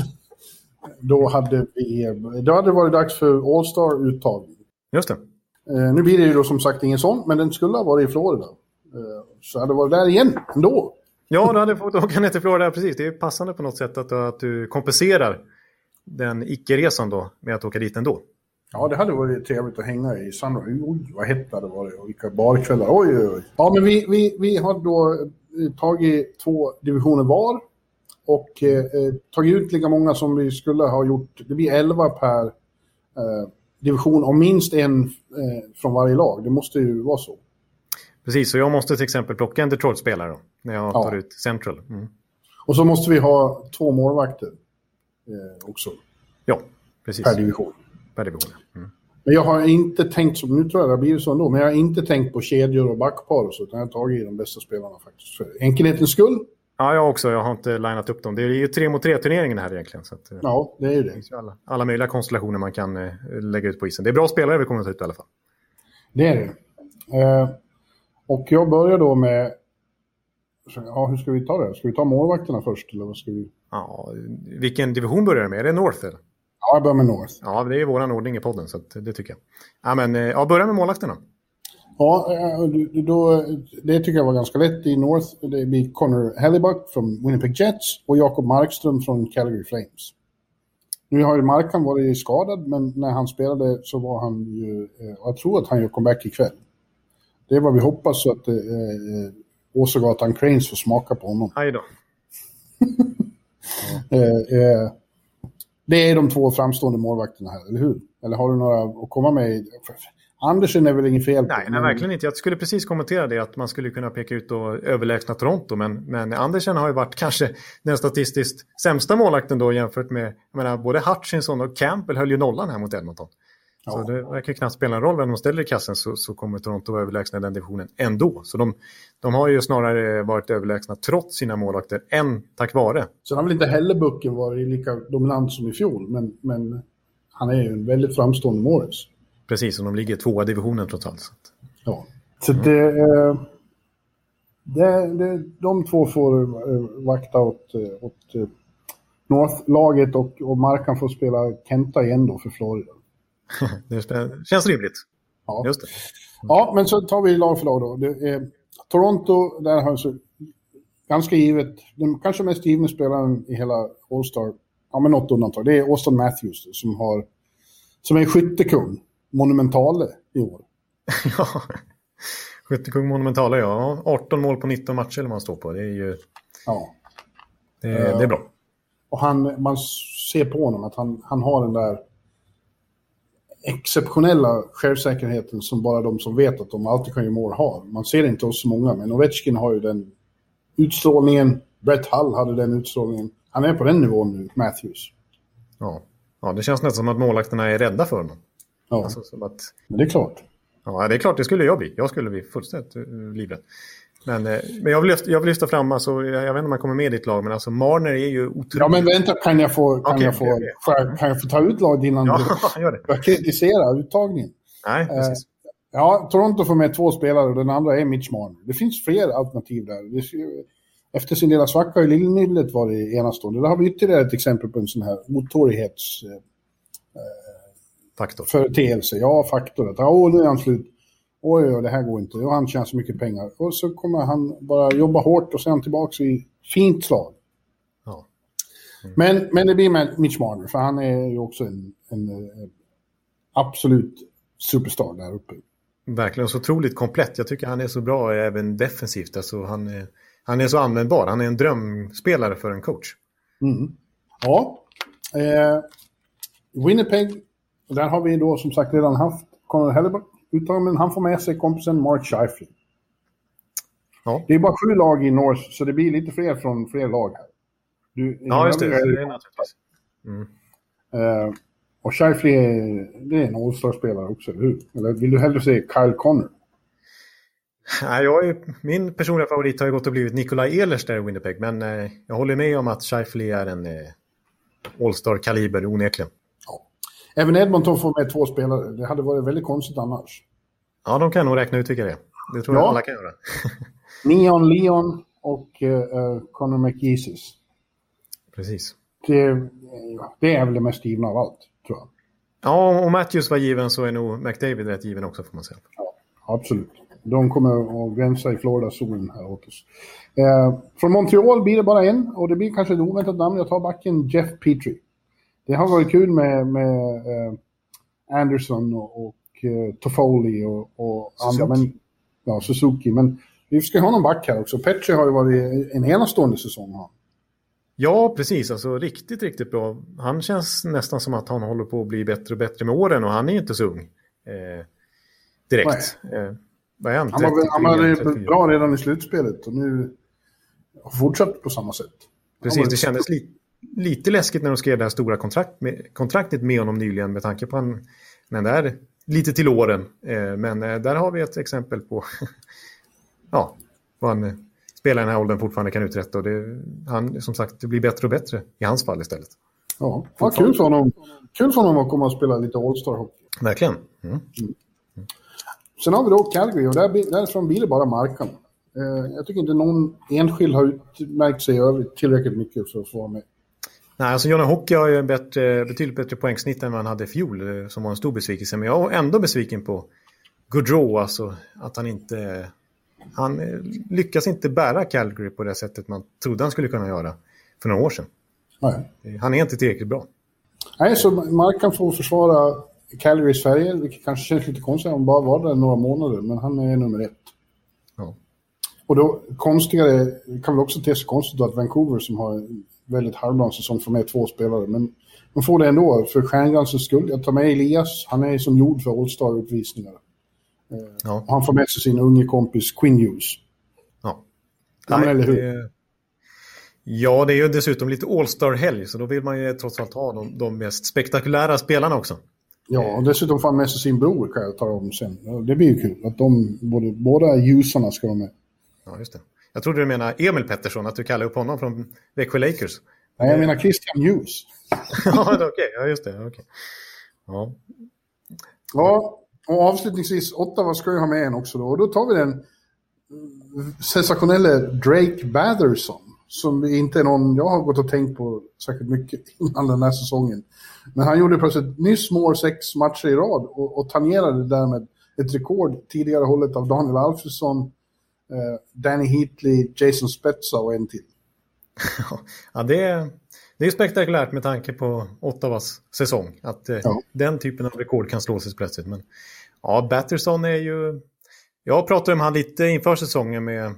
då hade vi, då hade det varit dags för All-Star-uttagning. Just det. Uh, nu blir det ju då som sagt ingen sån, men den skulle ha varit i Florida. Uh, så hade det varit där igen ändå. Ja, du hade fått åka ner till Florida, precis. Det är passande på något sätt att, att du kompenserar den icke-resan då med att åka dit ändå. Ja, det hade varit trevligt att hänga i Sunrise. Oj, vad hett det var och vilka barkvällar. Oj, oj, oj. Ja, men vi, vi, vi har då tagit två divisioner var och eh, tagit ut lika många som vi skulle ha gjort. Det blir elva per eh, division och minst en eh, från varje lag. Det måste ju vara så. Precis, så jag måste till exempel plocka en Detroit-spelare då, när jag tar ja. ut Central. Mm. Och så måste vi ha två målvakter eh, också. Ja, precis. Per division. Per division, mm. Men jag har inte tänkt, som nu tror jag det blir så ändå, men jag har inte tänkt på kedjor och backpar och så, utan jag har tagit de bästa spelarna faktiskt. För enkelhetens skull. Ja, jag också. Jag har inte linat upp dem. Det är ju tre mot tre turneringen här egentligen. Så att, ja, det är ju det. det alla, alla möjliga konstellationer man kan eh, lägga ut på isen. Det är bra spelare vi kommer att ta ut i alla fall. Det är det. Eh, och jag börjar då med, ja, hur ska vi ta det? Ska vi ta målvakterna först eller vad ska vi? Ja, vilken division börjar det med? Är det North eller? Ja, jag börjar med North. Ja, det är våran ordning i podden så att det tycker jag. Ja, men ja, börja med målvakterna. Ja, då, det tycker jag var ganska lätt i North. Det blir Connor Hellebuck från Winnipeg Jets och Jakob Markström från Calgary Flames. Nu har ju Markan varit skadad, men när han spelade så var han ju, jag tror att han gör comeback ikväll. Det är vad vi hoppas, så att eh, Åsegatan Cranes får smaka på honom. Hej då. ja. eh, eh, det är de två framstående målvakterna här, eller hur? Eller har du några att komma med? Andersen är väl ingen fel på? Nej, nej, verkligen inte. Jag skulle precis kommentera det, att man skulle kunna peka ut och överlägsna Toronto, men, men Andersen har ju varit kanske den statistiskt sämsta målvakten då jämfört med, jag menar, både Hutchinson och Campbell höll ju nollan här mot Edmonton. Ja. Så det verkar knappt spela en roll när de ställer i kassen, så, så kommer Toronto vara överlägsna i den divisionen ändå. Så de, de har ju snarare varit överlägsna trots sina målvakter än tack vare. Så han har väl inte heller Bucken varit lika dominant som i fjol, men, men han är ju en väldigt framstående målis. Precis, och de ligger i tvåa divisionen trots allt. Så. Ja, så mm. det, det, det, de två får vakta åt, åt North-laget och, och Markan får spela Kenta igen då för Florida. Det känns rimligt. Ja. Just det. Ja, men så tar vi lag för lag då. Det är Toronto, där har så ganska givet, den kanske mest givna spelaren i hela All-Star, ja men något undantag, det är Austin Matthews som har, som är skyttekung, monumentale i år. Ja, skyttekung monumentale, ja. arton mål på nitton matcher eller man står på, det är ju, ja. det, är, det är bra. Och han, man ser på honom att han, han har den där exceptionella självsäkerheten som bara de som vet att de alltid kan göra mål har. Man ser inte hos så många, men Ovechkin har ju den utstrålningen. Brett Hull hade den utstrålningen. Han är på den nivån nu, Matthews. Ja, ja det känns nästan som att målvakterna är rädda för honom. Ja, alltså, som att... men det är klart. Ja, det är klart, det skulle jag bli. Jag skulle bli fullständigt uh, livrädd. Men, uh, men jag, vill lyfta, jag vill lyfta fram, alltså, jag, jag vet inte om man kommer med i ditt lag, men alltså Marner är ju otroligt... Ja, men vänta, kan jag få, kan okay, jag få, okay, okay. kan jag få ta ut lag innan ja, du gör det. jag kritiserar uttagningen? Nej, precis. Uh, ja, Toronto får med två spelare och den andra är Mitch Marner. Det finns fler alternativ där. Det, efter sin lilla svacka i Lillnyllet var det enastående. Där har vi ytterligare ett exempel på en sån här motorighets... Uh, faktor. Företeelse, ja, faktor. Att, åh, nu är han slut. Oj, oj, det här går inte. Och han tjänar så mycket pengar. Och så kommer han bara jobba hårt och sen tillbaka i fint slag. Ja. Mm. Men, men det blir med Mitch Marner, för han är ju också en, en, en absolut superstar där uppe. Verkligen så otroligt komplett. Jag tycker han är så bra även defensivt. Alltså, han, är, han är så användbar. Han är en drömspelare för en coach. Mm. Ja. Eh, Winnipeg, där har vi då som sagt redan haft Connor Hellebuyck uttagen, men han får med sig kompisen Mark Scheifele. Ja. Det är bara sju lag i North, så det blir lite fler från fler lag här. Du, ja, just det. Det är naturligtvis. Mm. Uh, och Scheifele är, det är en All-Star-spelare också, eller hur? Eller vill du hellre säga Kyle Connor? Nej, jag är, min personliga favorit har ju gått och blivit Nikolaj Ehlers där i Winnipeg, men eh, jag håller med om att Scheifele är en eh, All-Star-kaliber, onekligen. Ja. Även Edmonton får med två spelare. Det hade varit väldigt konstigt annars. Ja, de kan nog räkna ut vilka det är. Det tror jag ja. alla kan göra. Neon Leon och uh, Connor McJesus. Precis. Det, det är väl det mest givna av allt, tror jag. Ja, om Matthews var given så är nog McDavid rätt given också, får man säga. Ja, absolut. De kommer att gränsa i Florida-solen här åt oss. Eh, från Montreal blir det bara en, och det blir kanske ett oväntat namn. Jag tar backen Jeff Petrie. Det har varit kul med, med eh, Anderson och, och eh, Toffoli och, och andra. Men, ja, Suzuki. Men vi ska ha någon back här också. Petrie har ju varit en enastående säsong. Han. Ja, precis. Alltså riktigt, riktigt bra. Han känns nästan som att han håller på att bli bättre och bättre med åren, och han är inte så ung. Eh, direkt. Eh, vad är han? Han var, han var bra redan i slutspelet och nu har fortsatt på samma sätt. Precis, det kändes li- lite läskigt när de skrev det här stora kontrakt med, kontraktet med honom nyligen, med tanke på han, men där lite till åren. Eh, men eh, där har vi ett exempel på ja, vad han spelar i den här åldern fortfarande kan uträtta, och det, han, som sagt, det blir bättre och bättre i hans fall istället. Ja, ja kul för honom. Kul för honom att komma och spela lite All-Star-hockey. Verkligen. Mm. Mm. Sen har vi då Calgary, och där, därifrån blir det bara marken. Eh, jag tycker inte någon enskild har utmärkt sig övrigt tillräckligt mycket för att få vara med. Nej, alltså Johnny Hockey har ju en bättre, betydligt bättre poängsnitt än vad han hade i fjol, som var en stor besvikelse. Men jag är ändå besviken på Gaudreau, alltså att han inte... Han lyckas inte bära Calgary på det sättet man trodde han skulle kunna göra för några år sedan. Nej. Han är inte tillräckligt bra. Nej, så Markan får försvara Calgarys färger, vilket kanske känns lite konstigt om han bara var där några månader, men han är nummer ett. Ja. Och då konstigare, kan väl också te sig konstigt att Vancouver, som har en väldigt halvdan säsong, får med två spelare, men de får det ändå för stjärngransens skull. Jag tar med Elias, han är som gjord för All-Star-utvisningar. Ja. Han får med sig sin unge kompis Quinn Hughes. Ja. Ja, Nej, eller hur? Det... ja, det är ju dessutom lite All-Star-helg, så då vill man ju trots allt ha de, de mest spektakulära spelarna också. Ja, och dessutom får han med sig sin bror, kan jag ta om sen. Det blir ju kul att de, både, båda Hughesarna ska vara med. Ja, just det. Jag trodde du menar Emil Pettersson, att du kallar upp honom från Växjö Lakers. Nej, jag menar Christian Hughes. Ja, okej. Okay. Ja, just det. Okay. Ja. Ja, och avslutningsvis, Ottawa ska ju ha med en också då. Och då tar vi den sensationella Drake Batherson, som inte är någon jag har gått och tänkt på säkert mycket innan den här säsongen. Men han gjorde plötsligt nyss mål sex matcher i rad och, och tangerade därmed ett rekord tidigare hållet av Daniel Alfredsson, eh, Danny Heatley, Jason Spezza och en till. Ja, det är, det är spektakulärt med tanke på Ottawas säsong. Att eh, ja. den typen av rekord kan slås plötsligt. Men ja, Batterson är ju... Jag pratade om han lite inför säsongen med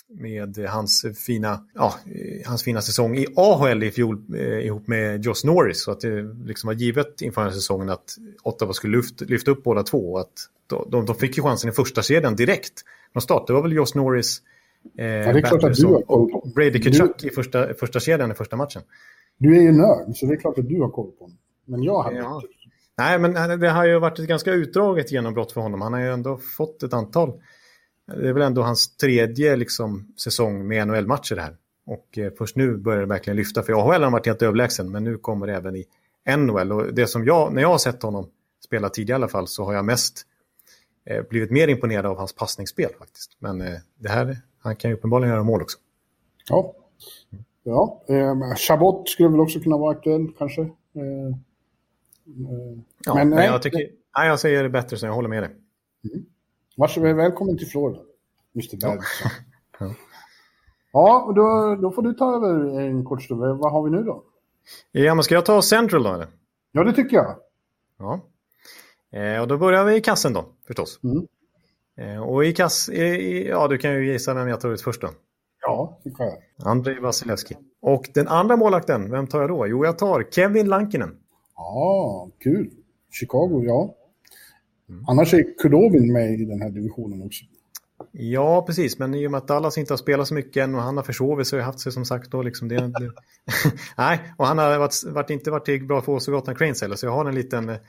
med hans fina, ja, hans fina säsong i A H L i fjol eh, ihop med Josh Norris. Så att det liksom var givet inför den här säsongen att Ottawa skulle lyfta, lyfta upp båda två. Och att de, de, de fick ju chansen i första kedjan direkt. De startade var väl Josh Norris, eh, ja, det är klart att du har koll på. Brady Tkachuk du... i första, första kedjan i första matchen. Du är ju nörd, så det är klart att du har koll på. Men jag hade ja. inte. Nej, men det har ju varit ett ganska utdraget genombrott för honom. Han har ju ändå fått ett antal. Det är väl ändå hans tredje liksom, säsong med N H L-matcher här. Och eh, först nu börjar det verkligen lyfta. För A H L har varit helt överlägsen, men nu kommer det även i N H L. Och det som jag, när jag har sett honom spela tidigare i alla fall, så har jag mest eh, blivit mer imponerad av hans passningsspel faktiskt. Men eh, det här, han kan ju uppenbarligen göra mål också. Ja, ja. Eh, Chabot skulle väl också kunna vara aktuell kanske. Eh, eh, ja, men, men jag, tycker, det... nej, jag säger det bättre så jag håller med dig. Mm. Varsågod, välkommen till Florida, mister Bergson. Ja, ja då, då får du ta över en kort stund. Vad har vi nu då? Ja, men ska jag ta Central då? Eller? Ja, det tycker jag. Ja, eh, och då börjar vi i kassen då, förstås. Mm. Eh, och i kass, i, ja, du kan ju gissa vem jag tar ut först då. Ja, det kan jag. Andrei Vasilevski. Och den andra målakten, vem tar jag då? Jo, jag tar Kevin Lankinen. Ja, kul. Chicago, ja. Mm. Annars är Kudobin med i den här divisionen också. Ja, precis. Men i och med att Dallas inte har spelat så mycket än och han har försovit så har jag haft sig som sagt då liksom det. det... Nej, och han har varit, varit, inte varit bra för oss och Gotland Cranes heller, så jag har en liten eh,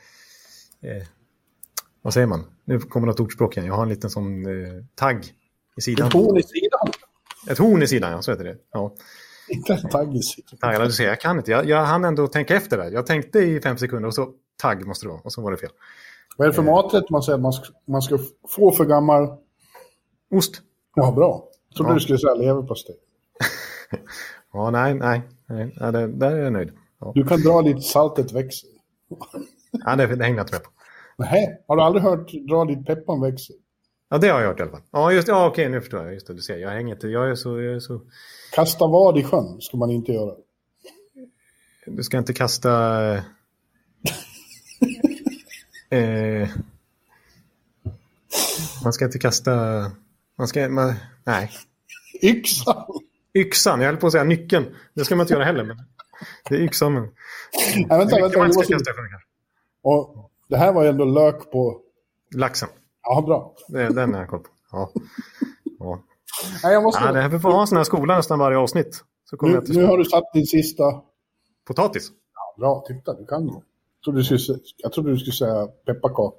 vad säger man? Nu kommer något ordspråk igen. Jag har en liten sån eh, tagg i sidan. Ett horn i sidan? Ett horn i sidan, ja, så heter det. Ja. Inte en tagg i sidan. Tagg, du ser, jag kan inte. Jag, jag hann ändå tänka efter där. Jag tänkte i fem sekunder och så tagg måste det vara. Och så var det fel. Vad är det för maträtt man säger att man ska, man ska få för gammal? Ost. Ja, bra. Så ja. Du skulle säga leverpastej. Ja, nej, nej. nej. Ja, det, där är jag nöjd. Ja. Du kan dra lite saltet växer. Ja, det, det hänger jag inte med på. Nej, har du aldrig hört dra lite peppan växer? Ja, det har jag hört i alla fall. Ja, just, ja okej, nu förstår jag. Just det, du ser. Jag hänger inte. Jag är så... Jag är så... Kasta vad i sjön ska man inte göra. Du ska inte kasta... eh... Man ska inte kasta... Man ska... Man... Nej. Yxan. Yxan, jag höll på att säga nyckeln. Det ska man inte göra heller, men... Det är yxan, men... Nej, vänta, vänta. Man ska kasta ifrån, kanske. Och det här var ju ändå lök på... Laxen. Ja, bra. Det, den är jag koll på. Ja. Ja. Nej, jag måste... Ja, det här får ha en sån här skola nästan varje avsnitt. Så kommer nu, jag till... nu har du satt din sista... Potatis. Ja, bra. Titta, du kan ju. Jag trodde du skulle, jag trodde du skulle säga pepparkaka.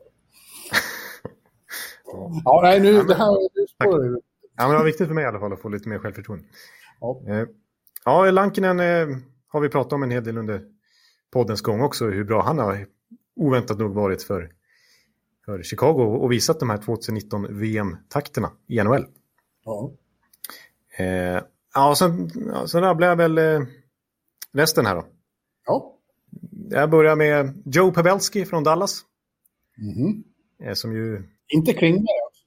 ja. ja, nej, nu... Ja, men... det här... Det ja, men det var viktigt för mig i alla fall att få lite mer självförtroende. Ja, eh, ja Lankinen eh, har vi pratat om en hel del under poddens gång också. Hur bra han har oväntat nog varit för... för Chicago och visat de här tjugonitton V M-takterna i N H L. Ja. Eh, ja, och sen, ja, sen rabblar jag väl eh, resten här då. Ja. Jag börjar med Joe Pavelski från Dallas. Mm-hmm. Eh, som ju... Inte Klingberg alltså?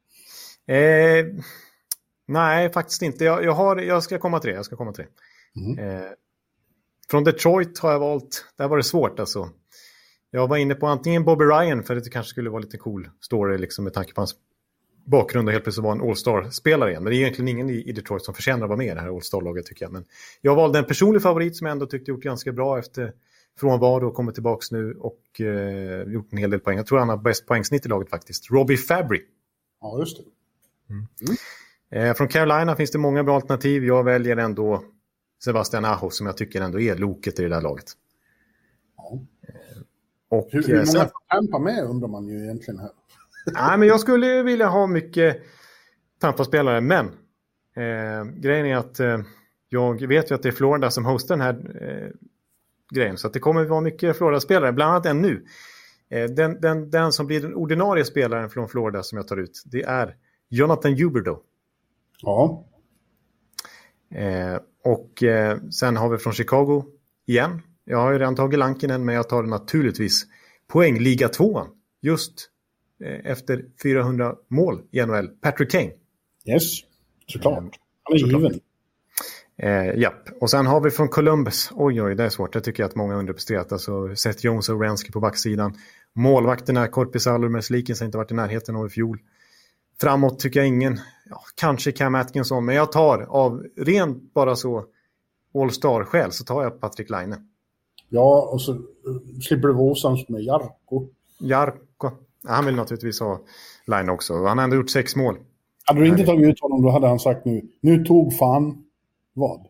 Eh, nej, faktiskt inte. Jag, jag, har, jag ska komma till det. Jag ska komma till det. Mm. Eh, från Detroit har jag valt... Där var det svårt alltså. Jag var inne på antingen Bobby Ryan för att det kanske skulle vara lite cool story liksom, med tanke på hans bakgrund och helt plötsligt vara en All-Star-spelare igen. Men det är egentligen ingen i, i Detroit som förtjänar att vara med i det här All-Star-laget tycker jag. Men jag valde en personlig favorit som jag ändå tyckte gjort ganska bra efter frånvaro och kommer tillbaka nu och eh, gjort en hel del poäng. Jag tror han har bäst poängsnitt i laget faktiskt. Robbie Fabry. Ja, just det. Mm. Mm. Eh, från Carolina finns det många bra alternativ. Jag väljer ändå Sebastian Aho som jag tycker ändå är loket i det där laget. Ja. Och hur, hur många får Tampa med undrar man ju egentligen här. Nej, men jag skulle vilja ha mycket Tampa-spelare, men eh, grejen är att eh, jag vet ju att det är Florida som hostar den här eh, grejen, så att det kommer att vara mycket Florida-spelare, bland annat än nu. Eh, den, den, den som blir den ordinarie spelaren från Florida som jag tar ut, det är Jonathan Huberdeau. Ja. Eh, och eh, sen har vi från Chicago igen. Jag har ju redan tagit Lankinen, men jag tar naturligtvis poängliga tvåan. Just eh, efter fyrahundra mål i N H L. Patrick Kane. Yes, såklart. Han är given. Eh, japp. Och sen har vi från Columbus. Oj, oj, det är svårt. Det tycker jag att många underpresterat. Alltså Seth Jones och Wrensky på backsidan. Målvakterna, Korpisalo och Merslikins har inte varit i närheten av i fjol. framåt tycker jag ingen, ja, kanske Cam Atkinson, men jag tar av rent bara så All-Star-skäl så tar jag Patrik Laine. Ja, och så uh, slipper du vara osams med Jarkko. Jarkko, ja, han vill naturligtvis ha Laine också. Han har ändå gjort sex mål. Hade du inte tagit ut honom, då hade han sagt nu, nu tog fan vad?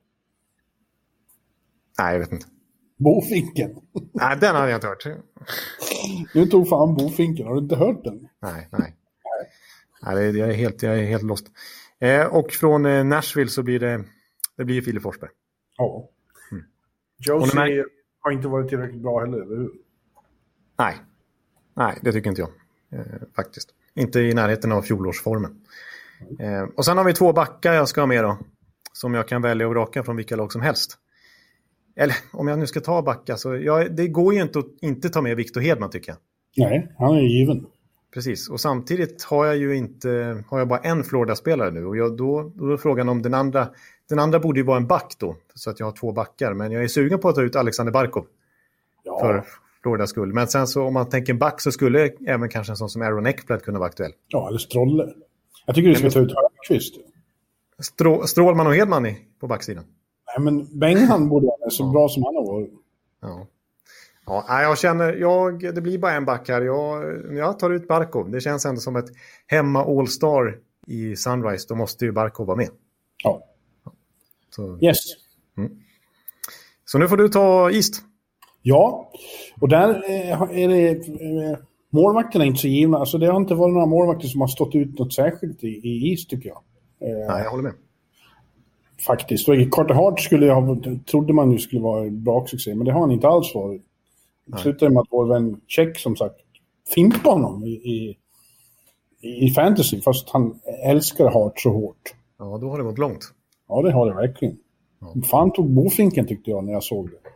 Nej, jag vet inte. Bofinken. Nej, den hade jag inte hört. Nu tog fan Bofinken, har du inte hört den? Nej, nej. nej det, jag, är helt, jag är helt lost. Eh, och från eh, Nashville så blir det, det blir Filip Forsberg. Ja. Mm. Josie mär... har inte varit tillräckligt bra heller, eller hur? Nej, nej det tycker inte jag. Eh, faktiskt. Inte i närheten av fjolårsformen. Eh, och sen har vi två backar jag ska ha med då. Som jag kan välja och raka från vilka lag som helst. Eller om jag nu ska ta backa så jag, det går ju inte att inte ta med Victor Hedman tycker jag. Nej, han är given. Precis, och samtidigt har jag ju inte har jag bara en Florida-spelare nu och jag, då, då är frågan om den andra den andra borde ju vara en back då så att jag har två backar, men jag är sugen på att ta ut Alexander Barkov ja. för Floridas skull. Men sen så om man tänker en back så skulle även kanske en sån som Aaron Ekblad kunna vara aktuell. Ja, eller Strolle. Jag tycker du ska ta ut Hörnqvist. Strå, Strålman och Hedman i, på backsidan. Nej, men Bengan borde vara så ja. bra som han har varit. Ja. Ja, jag känner, jag, det blir bara en back här. Jag, jag tar ut Barkov. Det känns ändå som ett hemma All-Star i Sunrise. Då måste ju Barkov vara med. Ja. Så, yes. Mm. Så nu får du ta East. Ja, och där är det... Målvakterna är inte så givna. Alltså det har inte varit några målvakter som har stått ut något särskilt i, i East tycker jag. Nej, jag håller med. Faktiskt. Och Carter Hart skulle jag ha, trodde man ju skulle vara en bra succé, men det har han inte alls varit. Det slutade med att vår vän Check som sagt fimpade honom i, i, i fantasy, fast han älskar Hart så hårt. Ja, då har det gått långt. Ja, det har det verkligen. Ja. Fan tog Bofinken tyckte jag när jag såg det.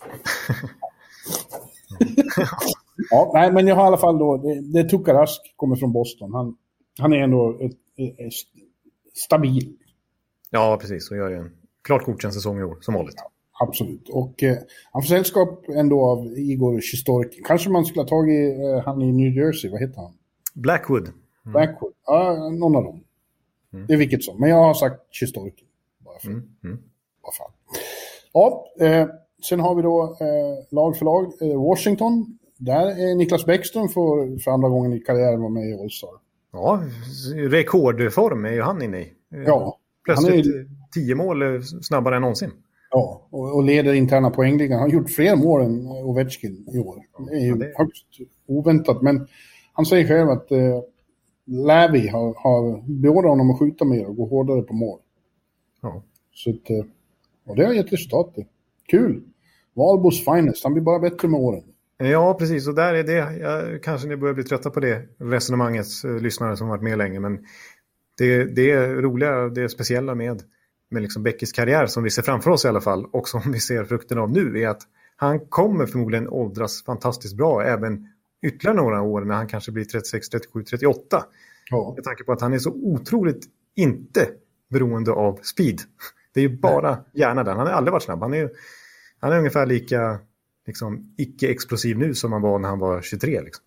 Ja, nej, men jag har i alla fall då, det, det Tuukka Rask kommer från Boston. Han, han är ändå ett, ett, ett stabil. Ja, precis. Och gör ju en klart godkänd säsong i år, som vanligt. Ja, absolut. Och eh, han får sällskap ändå av Igor Shesterkin. Kanske man skulle ha tagit eh, han i New Jersey. Vad heter han? Blackwood. Mm. Blackwood. Ja, någon av dem. Mm. Det är vilket som. Men jag har sagt Shesterkin. Bara för. Mm. Mm. Bara för. Ja, eh, sen har vi då eh, lag för lag. Eh, Washington. Där är Niklas Bäckström för, för andra gången i karriären var med i All-Star. Ja, rekordform är ju han inne i. Ja. Plötsligt är... tio mål snabbare än någonsin. Ja, och, och leder interna poängligan. Han har gjort fler mål än Ovechkin i år. Det är ju ja, det... högst oväntat. Men han säger själv att eh, Lävi har, har beordrat honom att skjuta mer och gå hårdare på mål. Ja. Så att, eh, och det har gett resultat. Kul. Valbos finest. Han blir bara bättre med åren. Ja, precis. Och där är det. Jag, kanske ni börjar bli trötta på det resonemanget, eh, lyssnare som varit med länge. Men det, det är roliga, det är speciella med, med liksom Bäckis karriär som vi ser framför oss i alla fall. Och som vi ser frukten av nu är att han kommer förmodligen åldras fantastiskt bra. Även ytterligare några år när han kanske blir trettiosex, trettiosju, trettioåtta. Ja. Med tanke på att han är så otroligt inte beroende av speed. Det är ju bara hjärna där. Han har aldrig varit snabb. Han är, han är ungefär lika... liksom icke-explosiv nu som han var när han var tjugotre. Liksom.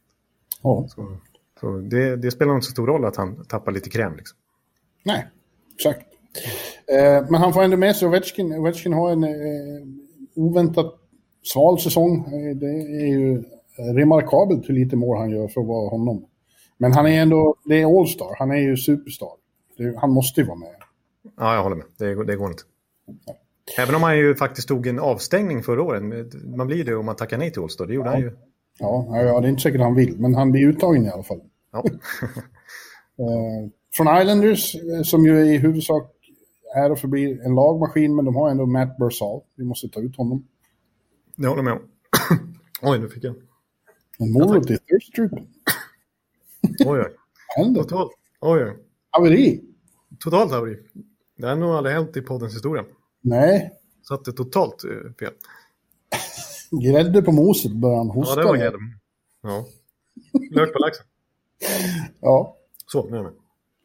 Ja. Så, så det, det spelar inte så stor roll att han tappar lite kräm. Liksom. Nej, exakt. Eh, men han får ändå med sig Ovechkin. Ovechkin har en eh, oväntat sval säsong. Eh, det är ju remarkabelt hur lite mål han gör för att vara honom. Men han är ändå, det är All-Star. Han är ju superstar. Det, han måste ju vara med. Ja, jag håller med. Det, det går inte. Ja. Även om han ju faktiskt tog en avstängning förra året. Man blir det om man tackar nej till All-Star. Det gjorde ja. han ju. Ja, ja, det är inte säkert han vill. Men han blir uttagen i alla fall. Ja. uh, från Islanders, som ju i huvudsak är och förblir en lagmaskin. Men de har ändå Matt Barzal. Vi måste ta ut honom. Det håller med om. Oj, nu fick jag. En morot i thirst-truppen. Oj, oj. Totalt. Oj, oj. Haveri. Totalt haveri. Det har nog aldrig hänt i poddens historia. Nej. Så att det är totalt uh, fel. Grädde på moset började han hosta. Ja, det var grädde. Ja. Lök på laxen. Ja. Så, nu är jag med.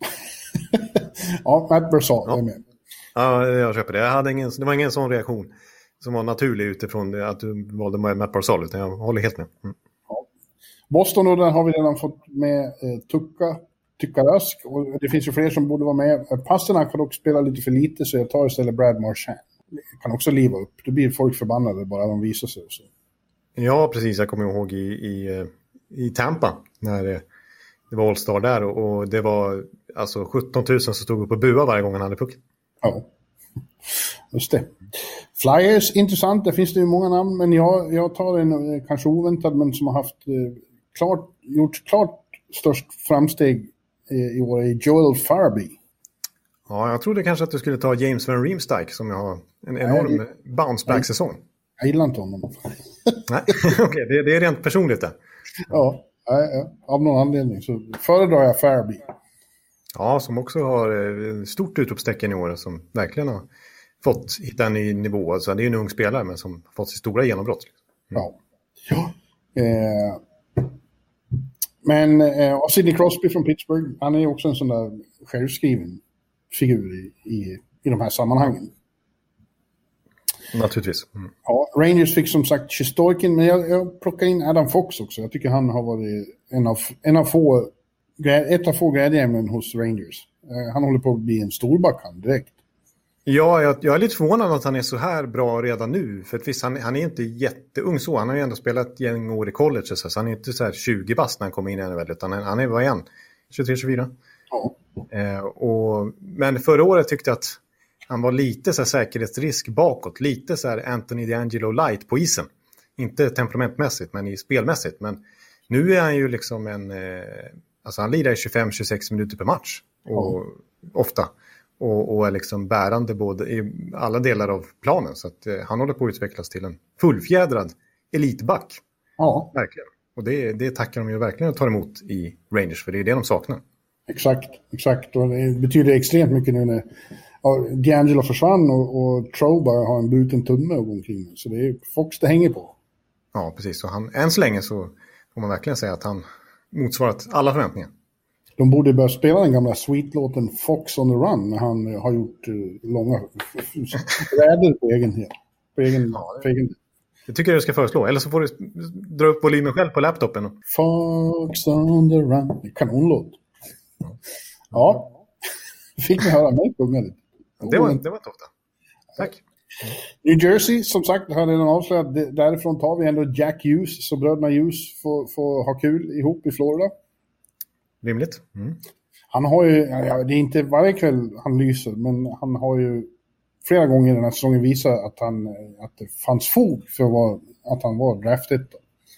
Ja, Matt Barzal ja. är med. Ja, jag köper det. Jag hade ingen, det var ingen sån reaktion som var naturlig utifrån det, att du valde med Matt Barzal, utan jag håller helt med. Mm. Ja. Boston, och där har vi redan fått med eh, Tuukka tycka Rask. Och det finns ju fler som borde vara med. Pasternak kan dock spela lite för lite, så jag tar istället Brad Marchand. Kan också liva upp. Det blir folk förbannade bara de visar sig. Så. Ja, precis. Jag kommer ihåg i, i, i Tampa när det, det var All-Star där. Och, och det var alltså sjutton tusen som stod upp och bua varje gång han hade pucken. Ja, just det. Flyers, intressant. Där finns det ju många namn. Men jag, jag tar en kanske oväntad, men som har haft eh, klart, gjort klart störst framsteg eh, i år är Joel Farabee. Ja, jag trodde kanske att du skulle ta James Van Riemsdyk som jag har en enorm nej, bounce-back-säsong. Jag gillar inte honom. Nej, okej, okay, det, det är rent personligt det. Ja, ja, av någon anledning så föredrar jag Farabee. Ja, som också har stort utropstecken i år, som verkligen har fått hitta en ny nivå. Alltså, det är en ung spelare, men som har fått sitt stora genombrott. Mm. Ja. ja. Eh, men eh, och Sidney Crosby från Pittsburgh, han är ju också en sån där självskriven figur i, i, i de här sammanhangen. Naturligtvis. Mm. Ja, Rangers fick som sagt Shesterkin, men jag, jag plockar in Adam Fox också. Jag tycker han har varit en av, en av få, ett av få glädjeämnen hos Rangers. Eh, han håller på att bli en storback han direkt. Ja, jag, jag är lite förvånad att han är så här bra redan nu. För att visst, han, han är inte jätteung så. Han har ju ändå spelat ett gäng år i college. Så, så han är inte så här tjugo bast när han kommer in i N H L. Utan han, han är, vad är han? tjugotre tjugofyra? Ja. Eh, och, men förra året tyckte jag att han var lite så här säkerhetsrisk bakåt. Lite så här Anthony DeAngelo light på isen. Inte temperamentmässigt, men i spelmässigt. Men nu är han ju liksom en... Eh, alltså han lirar i tjugofem till tjugosex minuter per match. Och, mm. Ofta. Och, och är liksom bärande både i alla delar av planen. Så att eh, han håller på att utvecklas till en fullfjädrad elitback. Ja. Verkligen. Och det, det tackar de ju verkligen att ta emot i Rangers. För det är det de saknar. Exakt, exakt. Och det betyder extremt mycket nu när ja, DeAngelo försvann och, och Trouba har en bruten tumme omkring. Så det är Fox det hänger på. Ja, precis. Och han, än så länge så får man verkligen säga att han motsvarat alla förväntningar. De borde börja spela den gamla sweet-låten Fox on the Run när han har gjort uh, långa räder på egen på egen, ja, på egen. Det tycker jag du ska föreslå. Eller så får du dra upp volymen själv på laptopen. Fox on the Run. Kanonlåt. Ja. ja. Fick ni höra mig sjunga lite? Det var, det var inte ofta. Tack. New Jersey, som sagt, har redan avslöjat. Därifrån tar vi ändå Jack Hughes. Så bröderna Hughes får, får ha kul ihop i Florida. Rimligt. Mm. Han har ju, ja, det är inte varje kväll han lyser, men han har ju flera gånger den här säsongen visat att, han, att det fanns fog för vad, att han var drafted.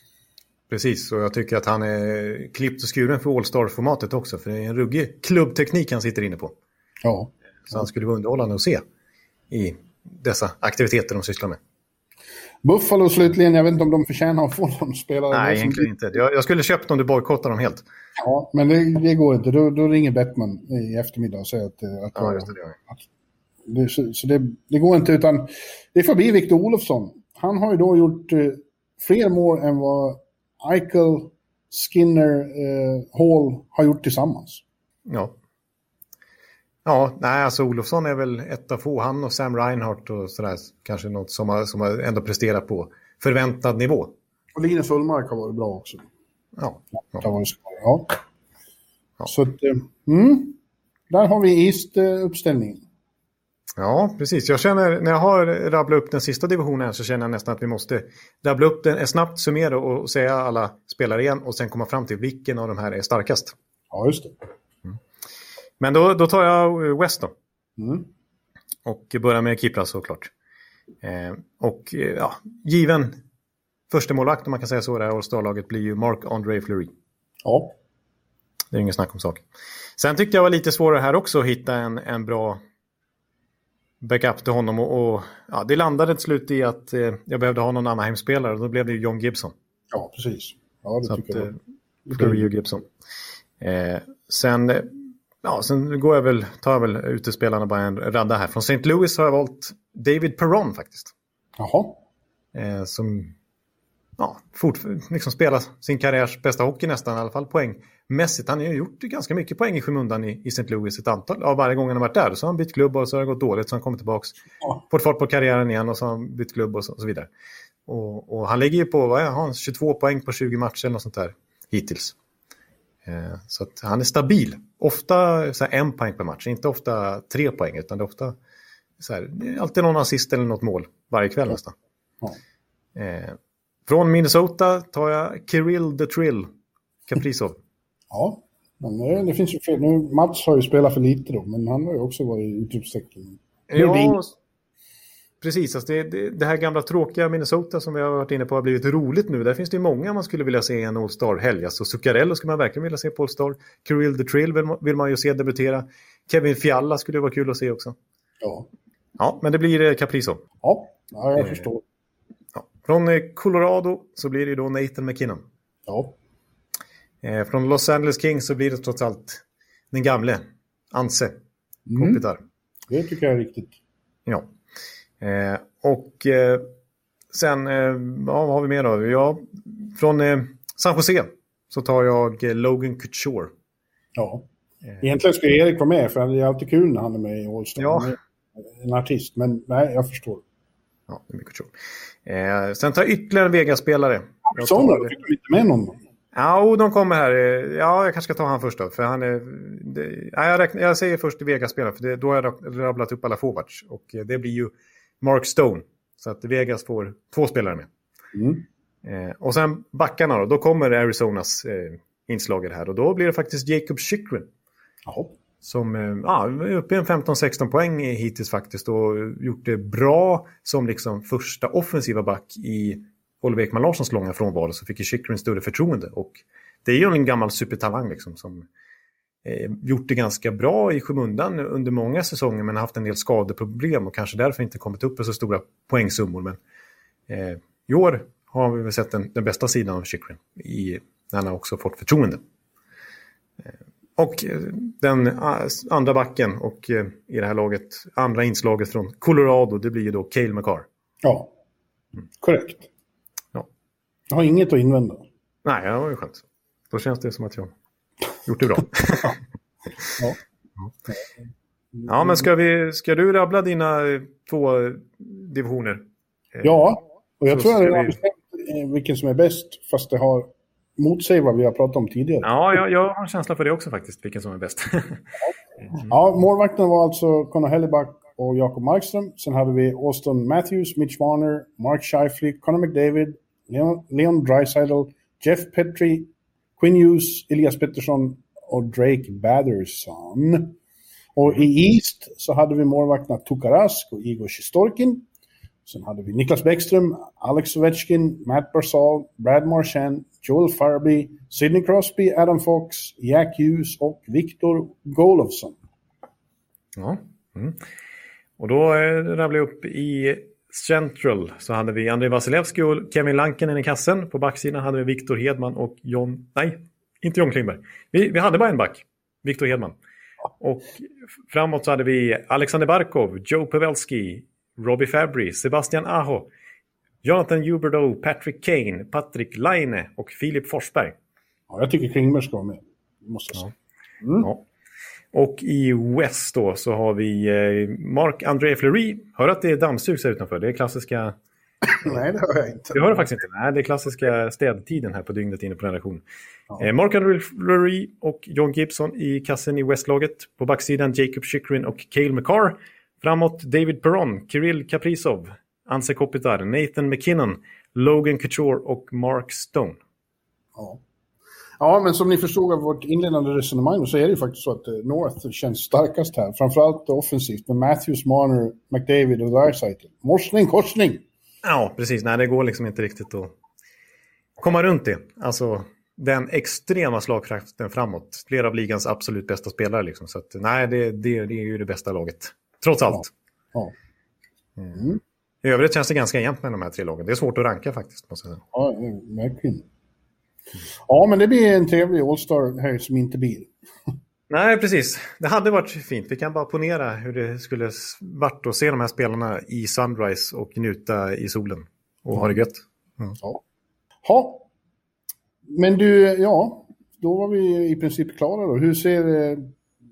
Precis, och jag tycker att han är klippt och skuren för All-Star-formatet också, för det är en ruggig klubbteknik han sitter inne på. Ja. Så ja. Han skulle vara underhållande att se i dessa aktiviteter de sysslar med. Buffalo slutligen, jag vet inte om de förtjänar att få någon spelare. Nej, egentligen inte. Jag, jag skulle köpt om du bojkottar dem helt. Ja, men det, det går inte. Då, då ringer Bettman i eftermiddag och säger att... att ja, just det. Det, att, det så så det, det går inte, utan det får bli Victor Olofsson. Han har ju då gjort eh, fler mål än vad Eichel, Skinner, eh, Hall har gjort tillsammans. Ja. Ja, nej, alltså Olofsson är väl ett av få. Han och Sam Reinhart och sådär. Kanske något som har, som har ändå presterat på förväntad nivå. Och Linus Ullmark har varit bra också. Ja. Ja. Ja. ja. ja. Så att, mm, där har vi East-uppställningen. Ja, precis. Jag känner, när jag har rabblat upp den sista divisionen så känner jag nästan att vi måste rabbla upp den, snabbt summera och säga alla spelare igen och sen komma fram till vilken av de här är starkast. Ja, just det. Mm. Men då, då tar jag West då. Mm. Och börjar med Kipras såklart. Eh, och ja, given första målvakt om man kan säga så, det här All-Star-laget blir ju Marc-André Fleury. Ja. Det är ingen snack om sak. Sen tyckte jag var lite svårare här också att hitta en, en bra backup till honom. Och, och ja, det landade till slut i att eh, jag behövde ha någon Anaheim-spelare och då blev det ju John Gibson. Ja, precis. Ja, det så tycker att, jag. Eh, Fleury och Gibson. Eh, sen... Ja, sen går jag väl, tar jag väl utespelarna bara en radda här. Från Saint Louis har jag valt David Perron faktiskt. Jaha. Eh, som ja, fort, liksom spelar sin karriärs bästa hockey nästan, i alla fall poängmässigt. Han har ju gjort ganska mycket poäng i skymundan i, i Saint Louis ett antal. Ja, varje gång han har varit där så har han bytt klubb och så har det gått dåligt så han kommer tillbaka. Ja. Fått fart på karriären igen och så har han bytt klubb och så, och så vidare. Och, och han ligger ju på vad är han, tjugotvå poäng på tjugo matcher eller något sånt där hittills. Eh, så att han är stabil. Ofta så här, en poäng per match, inte ofta tre poäng, utan det är ofta så här, det är alltid någon assist eller något mål varje kväll nästan. Ja. Eh, från Minnesota tar jag Kirill the Trill Kaprizov. Ja, men det, det finns ju fler. Nu, Mats har ju spelat för lite då, men han har ju också varit i utropstecken. Ja, precis. Alltså det, det, det här gamla tråkiga Minnesota som vi har varit inne på har blivit roligt nu. Där finns det ju många man skulle vilja se i en All-Star-helg. Alltså Zuccarello skulle man verkligen vilja se på All-Star. Kirill the Trill vill man, vill man ju se debutera. Kevin Fiala skulle vara kul att se också. Ja. Ja, men det blir Kaprizov. Ja, ja jag eh, förstår. Ja. Från Colorado så blir det då Nathan McKinnon. Ja. Eh, från Los Angeles Kings så blir det trots allt den gamle Anse mm. Kopitar. Det tycker jag är riktigt. Ja. Eh, och eh, sen, eh, ja, vad har vi mer då? Ja, från eh, San Jose så tar jag eh, Logan Couture. Ja. Egentligen ska Erik vara med, för det är alltid kul när han är med i All-Star. Ja. En artist, men nej, jag förstår. Ja, det är mycket Couture. Eh, sen tar jag ytterligare en Vegas-spelare. Sådana, du fick inte med någon. Ja, de kommer här. Ja, jag kanske ska ta han först då. För han är, det, ja, jag, räknar, jag säger först Vegas-spelare, för det, då har jag rabblat upp alla forwards. Och det blir ju Mark Stone. Så att Vegas får två spelare med. Mm. Eh, och sen backarna då. Då kommer Arizonas eh, inslaget här. Och då blir det faktiskt Jacob Chychrun. Jaha. Som eh, ja, är uppe i en femton sexton poäng hittills faktiskt. Och gjort det bra som liksom första offensiva back i Oliver Ekman Larssons långa frånvaro. Så fick ju Chychrun större förtroende. Och det är ju en gammal supertalang liksom som eh, gjort det ganska bra i skymundan under många säsonger, men har haft en del skadeproblem och kanske därför inte kommit upp i så stora poängsummor. Men eh, i år har vi väl sett den, den bästa sidan av Chychrun i när han har också fått förtroende. Eh, och eh, den uh, andra backen och eh, i det här laget, andra inslaget från Colorado, det blir ju då Cale Makar. Ja, mm. korrekt. Ja. Jag har inget att invända. Nej, det var ju skönt. Då känns det som att jag gjort det bra. ja. Ja. Ja, men ska, vi, ska du rabbla dina två divisioner? Ja, och jag Så tror att jag har vi... bestämt vilken som är bäst, fast det har mot sig vad vi har pratat om tidigare. Ja, jag, jag har en känsla för det också faktiskt, vilken som är bäst. mm. Ja, målvakten var alltså Connor Hellebuck och Jakob Markström. Sen hade vi Auston Matthews, Mitch Marner, Mark Scheifele, Connor McDavid, Leon, Leon Draisaitl, Jeff Petrie, Quinn Hughes, Elias Pettersson och Drake Batherson. Och i East så hade vi målvakterna Tuukka Rask och Igor Shesterkin. Sen hade vi Niklas Bäckström, Alex Ovechkin, Matt Barzal, Brad Marchand, Joel Farabee, Sidney Crosby, Adam Fox, Jack Hughes och Viktor Golofsson. Ja. Mm. Och då eh, rabblade jag upp i Central så hade vi Andrei Vasilevski och Kevin Lankinen i kassen. På backsidan hade vi Victor Hedman och John... Nej, inte John Klingberg. Vi, vi hade bara en back, Victor Hedman. Och framåt så hade vi Alexander Barkov, Joe Pavelski, Robbie Fabry, Sebastian Aho, Jonathan Huberdeau, Patrick Kane, Patrick Laine och Filip Forsberg. Ja, jag tycker Klingberg ska vara med. Måste jag säga. Mm. Ja. Och i West då så har vi Marc-André Fleury. Hör att det är dammsug här utanför. Det är klassiska... Nej, det hör jag inte. Det hör jag faktiskt inte. Nej, det är klassiska städtiden här på dygnet inne på redaktion. Ja. Eh, Marc-André Fleury och John Gibson i kassen i Westlaget. På backsidan Jacob Chychrun och Cale Makar. Framåt David Perron, Kirill Kaprizov, Anse Kopitar, Nathan McKinnon, Logan Couture och Mark Stone. Ja. Ja, men som ni förstod av vårt inledande resonemang så är det ju faktiskt så att North känns starkast här. Framförallt offensivt med Matthews, Marner, McDavid och Draisaitl. Morsning, korsning! Ja, precis. Nej, det går liksom inte riktigt att komma runt det. Alltså, den extrema slagkraften framåt. Flera av ligans absolut bästa spelare liksom. Så att, nej, det, det, det är ju det bästa laget. Trots allt. Ja. Ja. Mm. I övrigt känns det ganska jämnt med de här tre lagen. Det är svårt att ranka faktiskt, måste jag säga. Ja, verkligen. Ja, men det blir en trevlig All-Star här som inte blir. Nej, precis. Det hade varit fint. Vi kan bara ponera hur det skulle varit att se de här spelarna i Sunrise och njuta i solen. Och mm. ha det gött. Mm. Ja. Ha. Men du, ja, då var vi i princip klara då. Hur ser eh,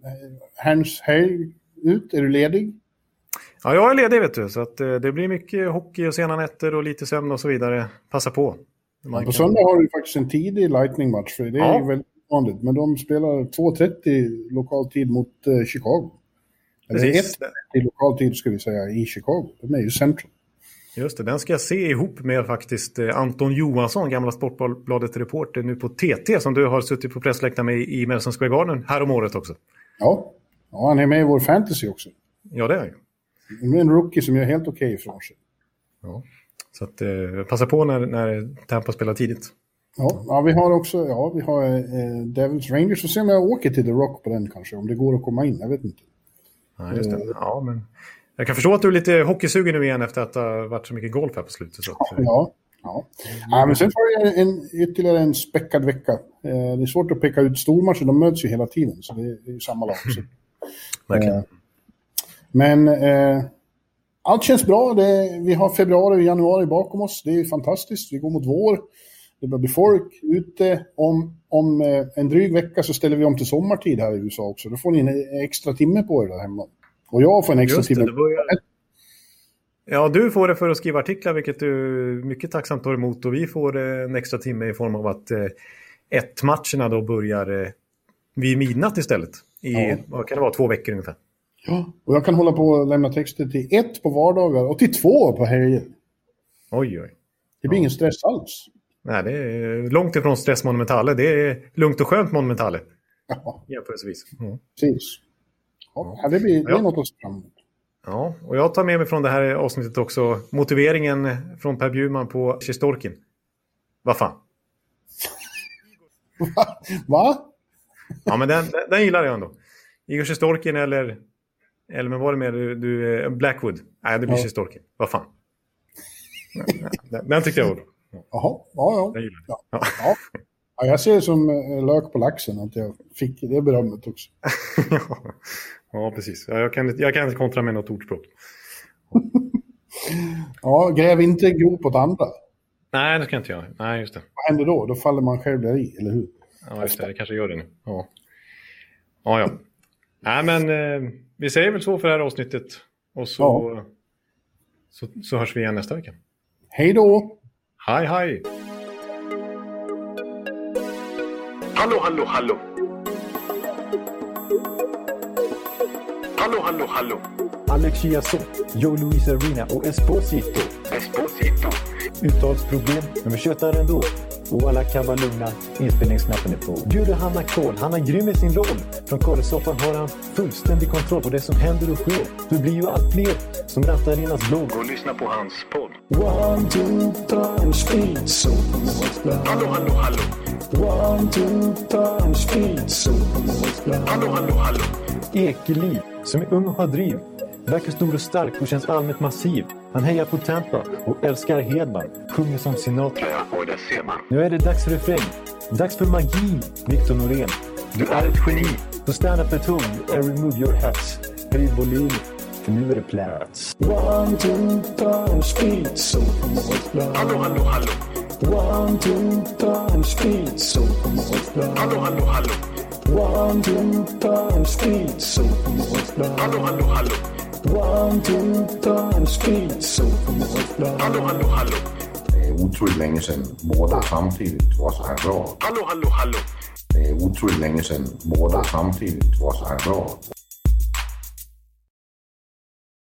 Hans helg ut? Är du ledig? Ja, jag är ledig vet du. Så att, eh, det blir mycket hockey och sena nätter och lite sömn och så vidare. Passa på. Ja, på kan... söndag har du faktiskt en tidig Lightning-match. För det är ja. väl ovanligt, men de spelar två trettio lokal tid mot uh, Chicago. Eller ett trettio lokal tid ska vi säga i Chicago. De är ju central. Just det, den ska jag se ihop med faktiskt Anton Johansson, gamla Sportbladet-reporter nu på T T, som du har suttit på pressläktaren med i Madison Square Garden här om året också. Ja, ja han är med i vår fantasy också. Ja, det är ju. En rookie som gör helt okej okay ifrån sig. Ja, så att, eh, passa på när, när Tampa spelar tidigt. Ja, ja, vi har också ja, vi har eh, Devils Rangers. Så se om jag åker till The Rock på den kanske, om det går att komma in, jag vet inte. Ja, just det. Ja, men jag kan förstå att du är lite hockeysugen nu igen efter att det har varit så mycket golf här på slutet. Så att... Ja, ja. ja. ja men sen får jag en, ytterligare en späckad vecka. Eh, det är svårt att peka ut stormatcher, de möts ju hela tiden, så det är, det är samma lag. Verkligen. Eh, men eh, allt känns bra. Det, vi har februari och januari bakom oss. Det är fantastiskt. Vi går mot vår. Det börjar bli folk ute. Om, om eh, en dryg vecka så ställer vi om till sommartid här i U S A också. Då får ni en extra timme på er där hemma. Och jag får en extra Just det, timme. Det börjar... Ja, du får det för att skriva artiklar, vilket du mycket tacksamt tar emot. Och vi får en extra timme i form av att eh, ett matcherna då börjar eh, vid midnatt istället. I, ja. Vad kan det vara, två veckor ungefär. Ja, och jag kan hålla på och lämna texter till ett på vardagar och till två på helger. Oj, oj. Det blir ja. ingen stress alls. Nej, det är långt ifrån stress monumentale. Det är lugnt och skönt monumentale. Ja, jämförelsevis. Mm. Precis. Ja, ja. Det, blir, det är ja. något att se fram emot. Ja, och jag tar med mig från det här avsnittet också motiveringen från Per Bjurman på Shesterkin. Vad fan? Va? Va? Ja, men den, den gillar jag ändå. Igor Shesterkin eller... Eller men var det mer du, du Blackwood? Nej, det blir ja. Shesterkin. Vad fan? Den, den tyckte jag var bra. Jaha, ja, ja. Den gillar jag. Ja. Ja. Ja, jag ser det som lök på laxen att jag fick det berömmet också. Ja, precis. Jag kan, jag kan inte kontra med något ordspråk. Ja, gräv inte grop åt andra. Nej, det ska jag inte göra. Nej, just det. Vad händer då? Då faller man själv där i, eller hur? Ja, just det. Det kanske gör det nu. Ja, ja. ja. Nej, men eh, vi säger väl så för det här avsnittet. Och så, ja. så, så hörs vi igen nästa vecka. Hej då! Hej, hej! Hallå, hallå, hallå! Hallå, hallå, hallå! Alex Chiazot, Joe Luis Arena och Esposito. Esposito. Uttalsproblem, men vi tjötar ändå. Och alla kan vara lugna, inspelningsknappen är på. Bjuder Hanna Kohl, han är grym i sin roll. Från Kållesoffan har han fullständig kontroll på det som händer och sker. Det blir ju allt fler som rattar in hans blogg. Och lyssna på hans podd. One, two, times speed, so hallå, hallå, hallå! One, two, times speed, so hallå, hallå, hallå! Ekeliv, som är ung och har driv. Verkar stor och stark och känns allmänt massiv. Han hejar på Tampa och älskar Hedman. Sjunger som Sinatra. Ja, och det ser man. Nu är det dags för refräng. Dags för magi, Victor Norén. Du är ett geni. Så stand up at home and remove your hats. Höj volym, för nu är det plats. One, two, times speed, so hallå, hallå, hallå! One, two, times speed, so hallå, hallå, hallå! One, two, times speed, so hallå, hallå, hallå! One, two, times speed, so hallå, hallå, hallå! Det är otroligt länge sedan båda samtidigt var så här bra. Hallå, hallå, hallå! Det är otroligt länge sedan båda samtidigt var så här bra.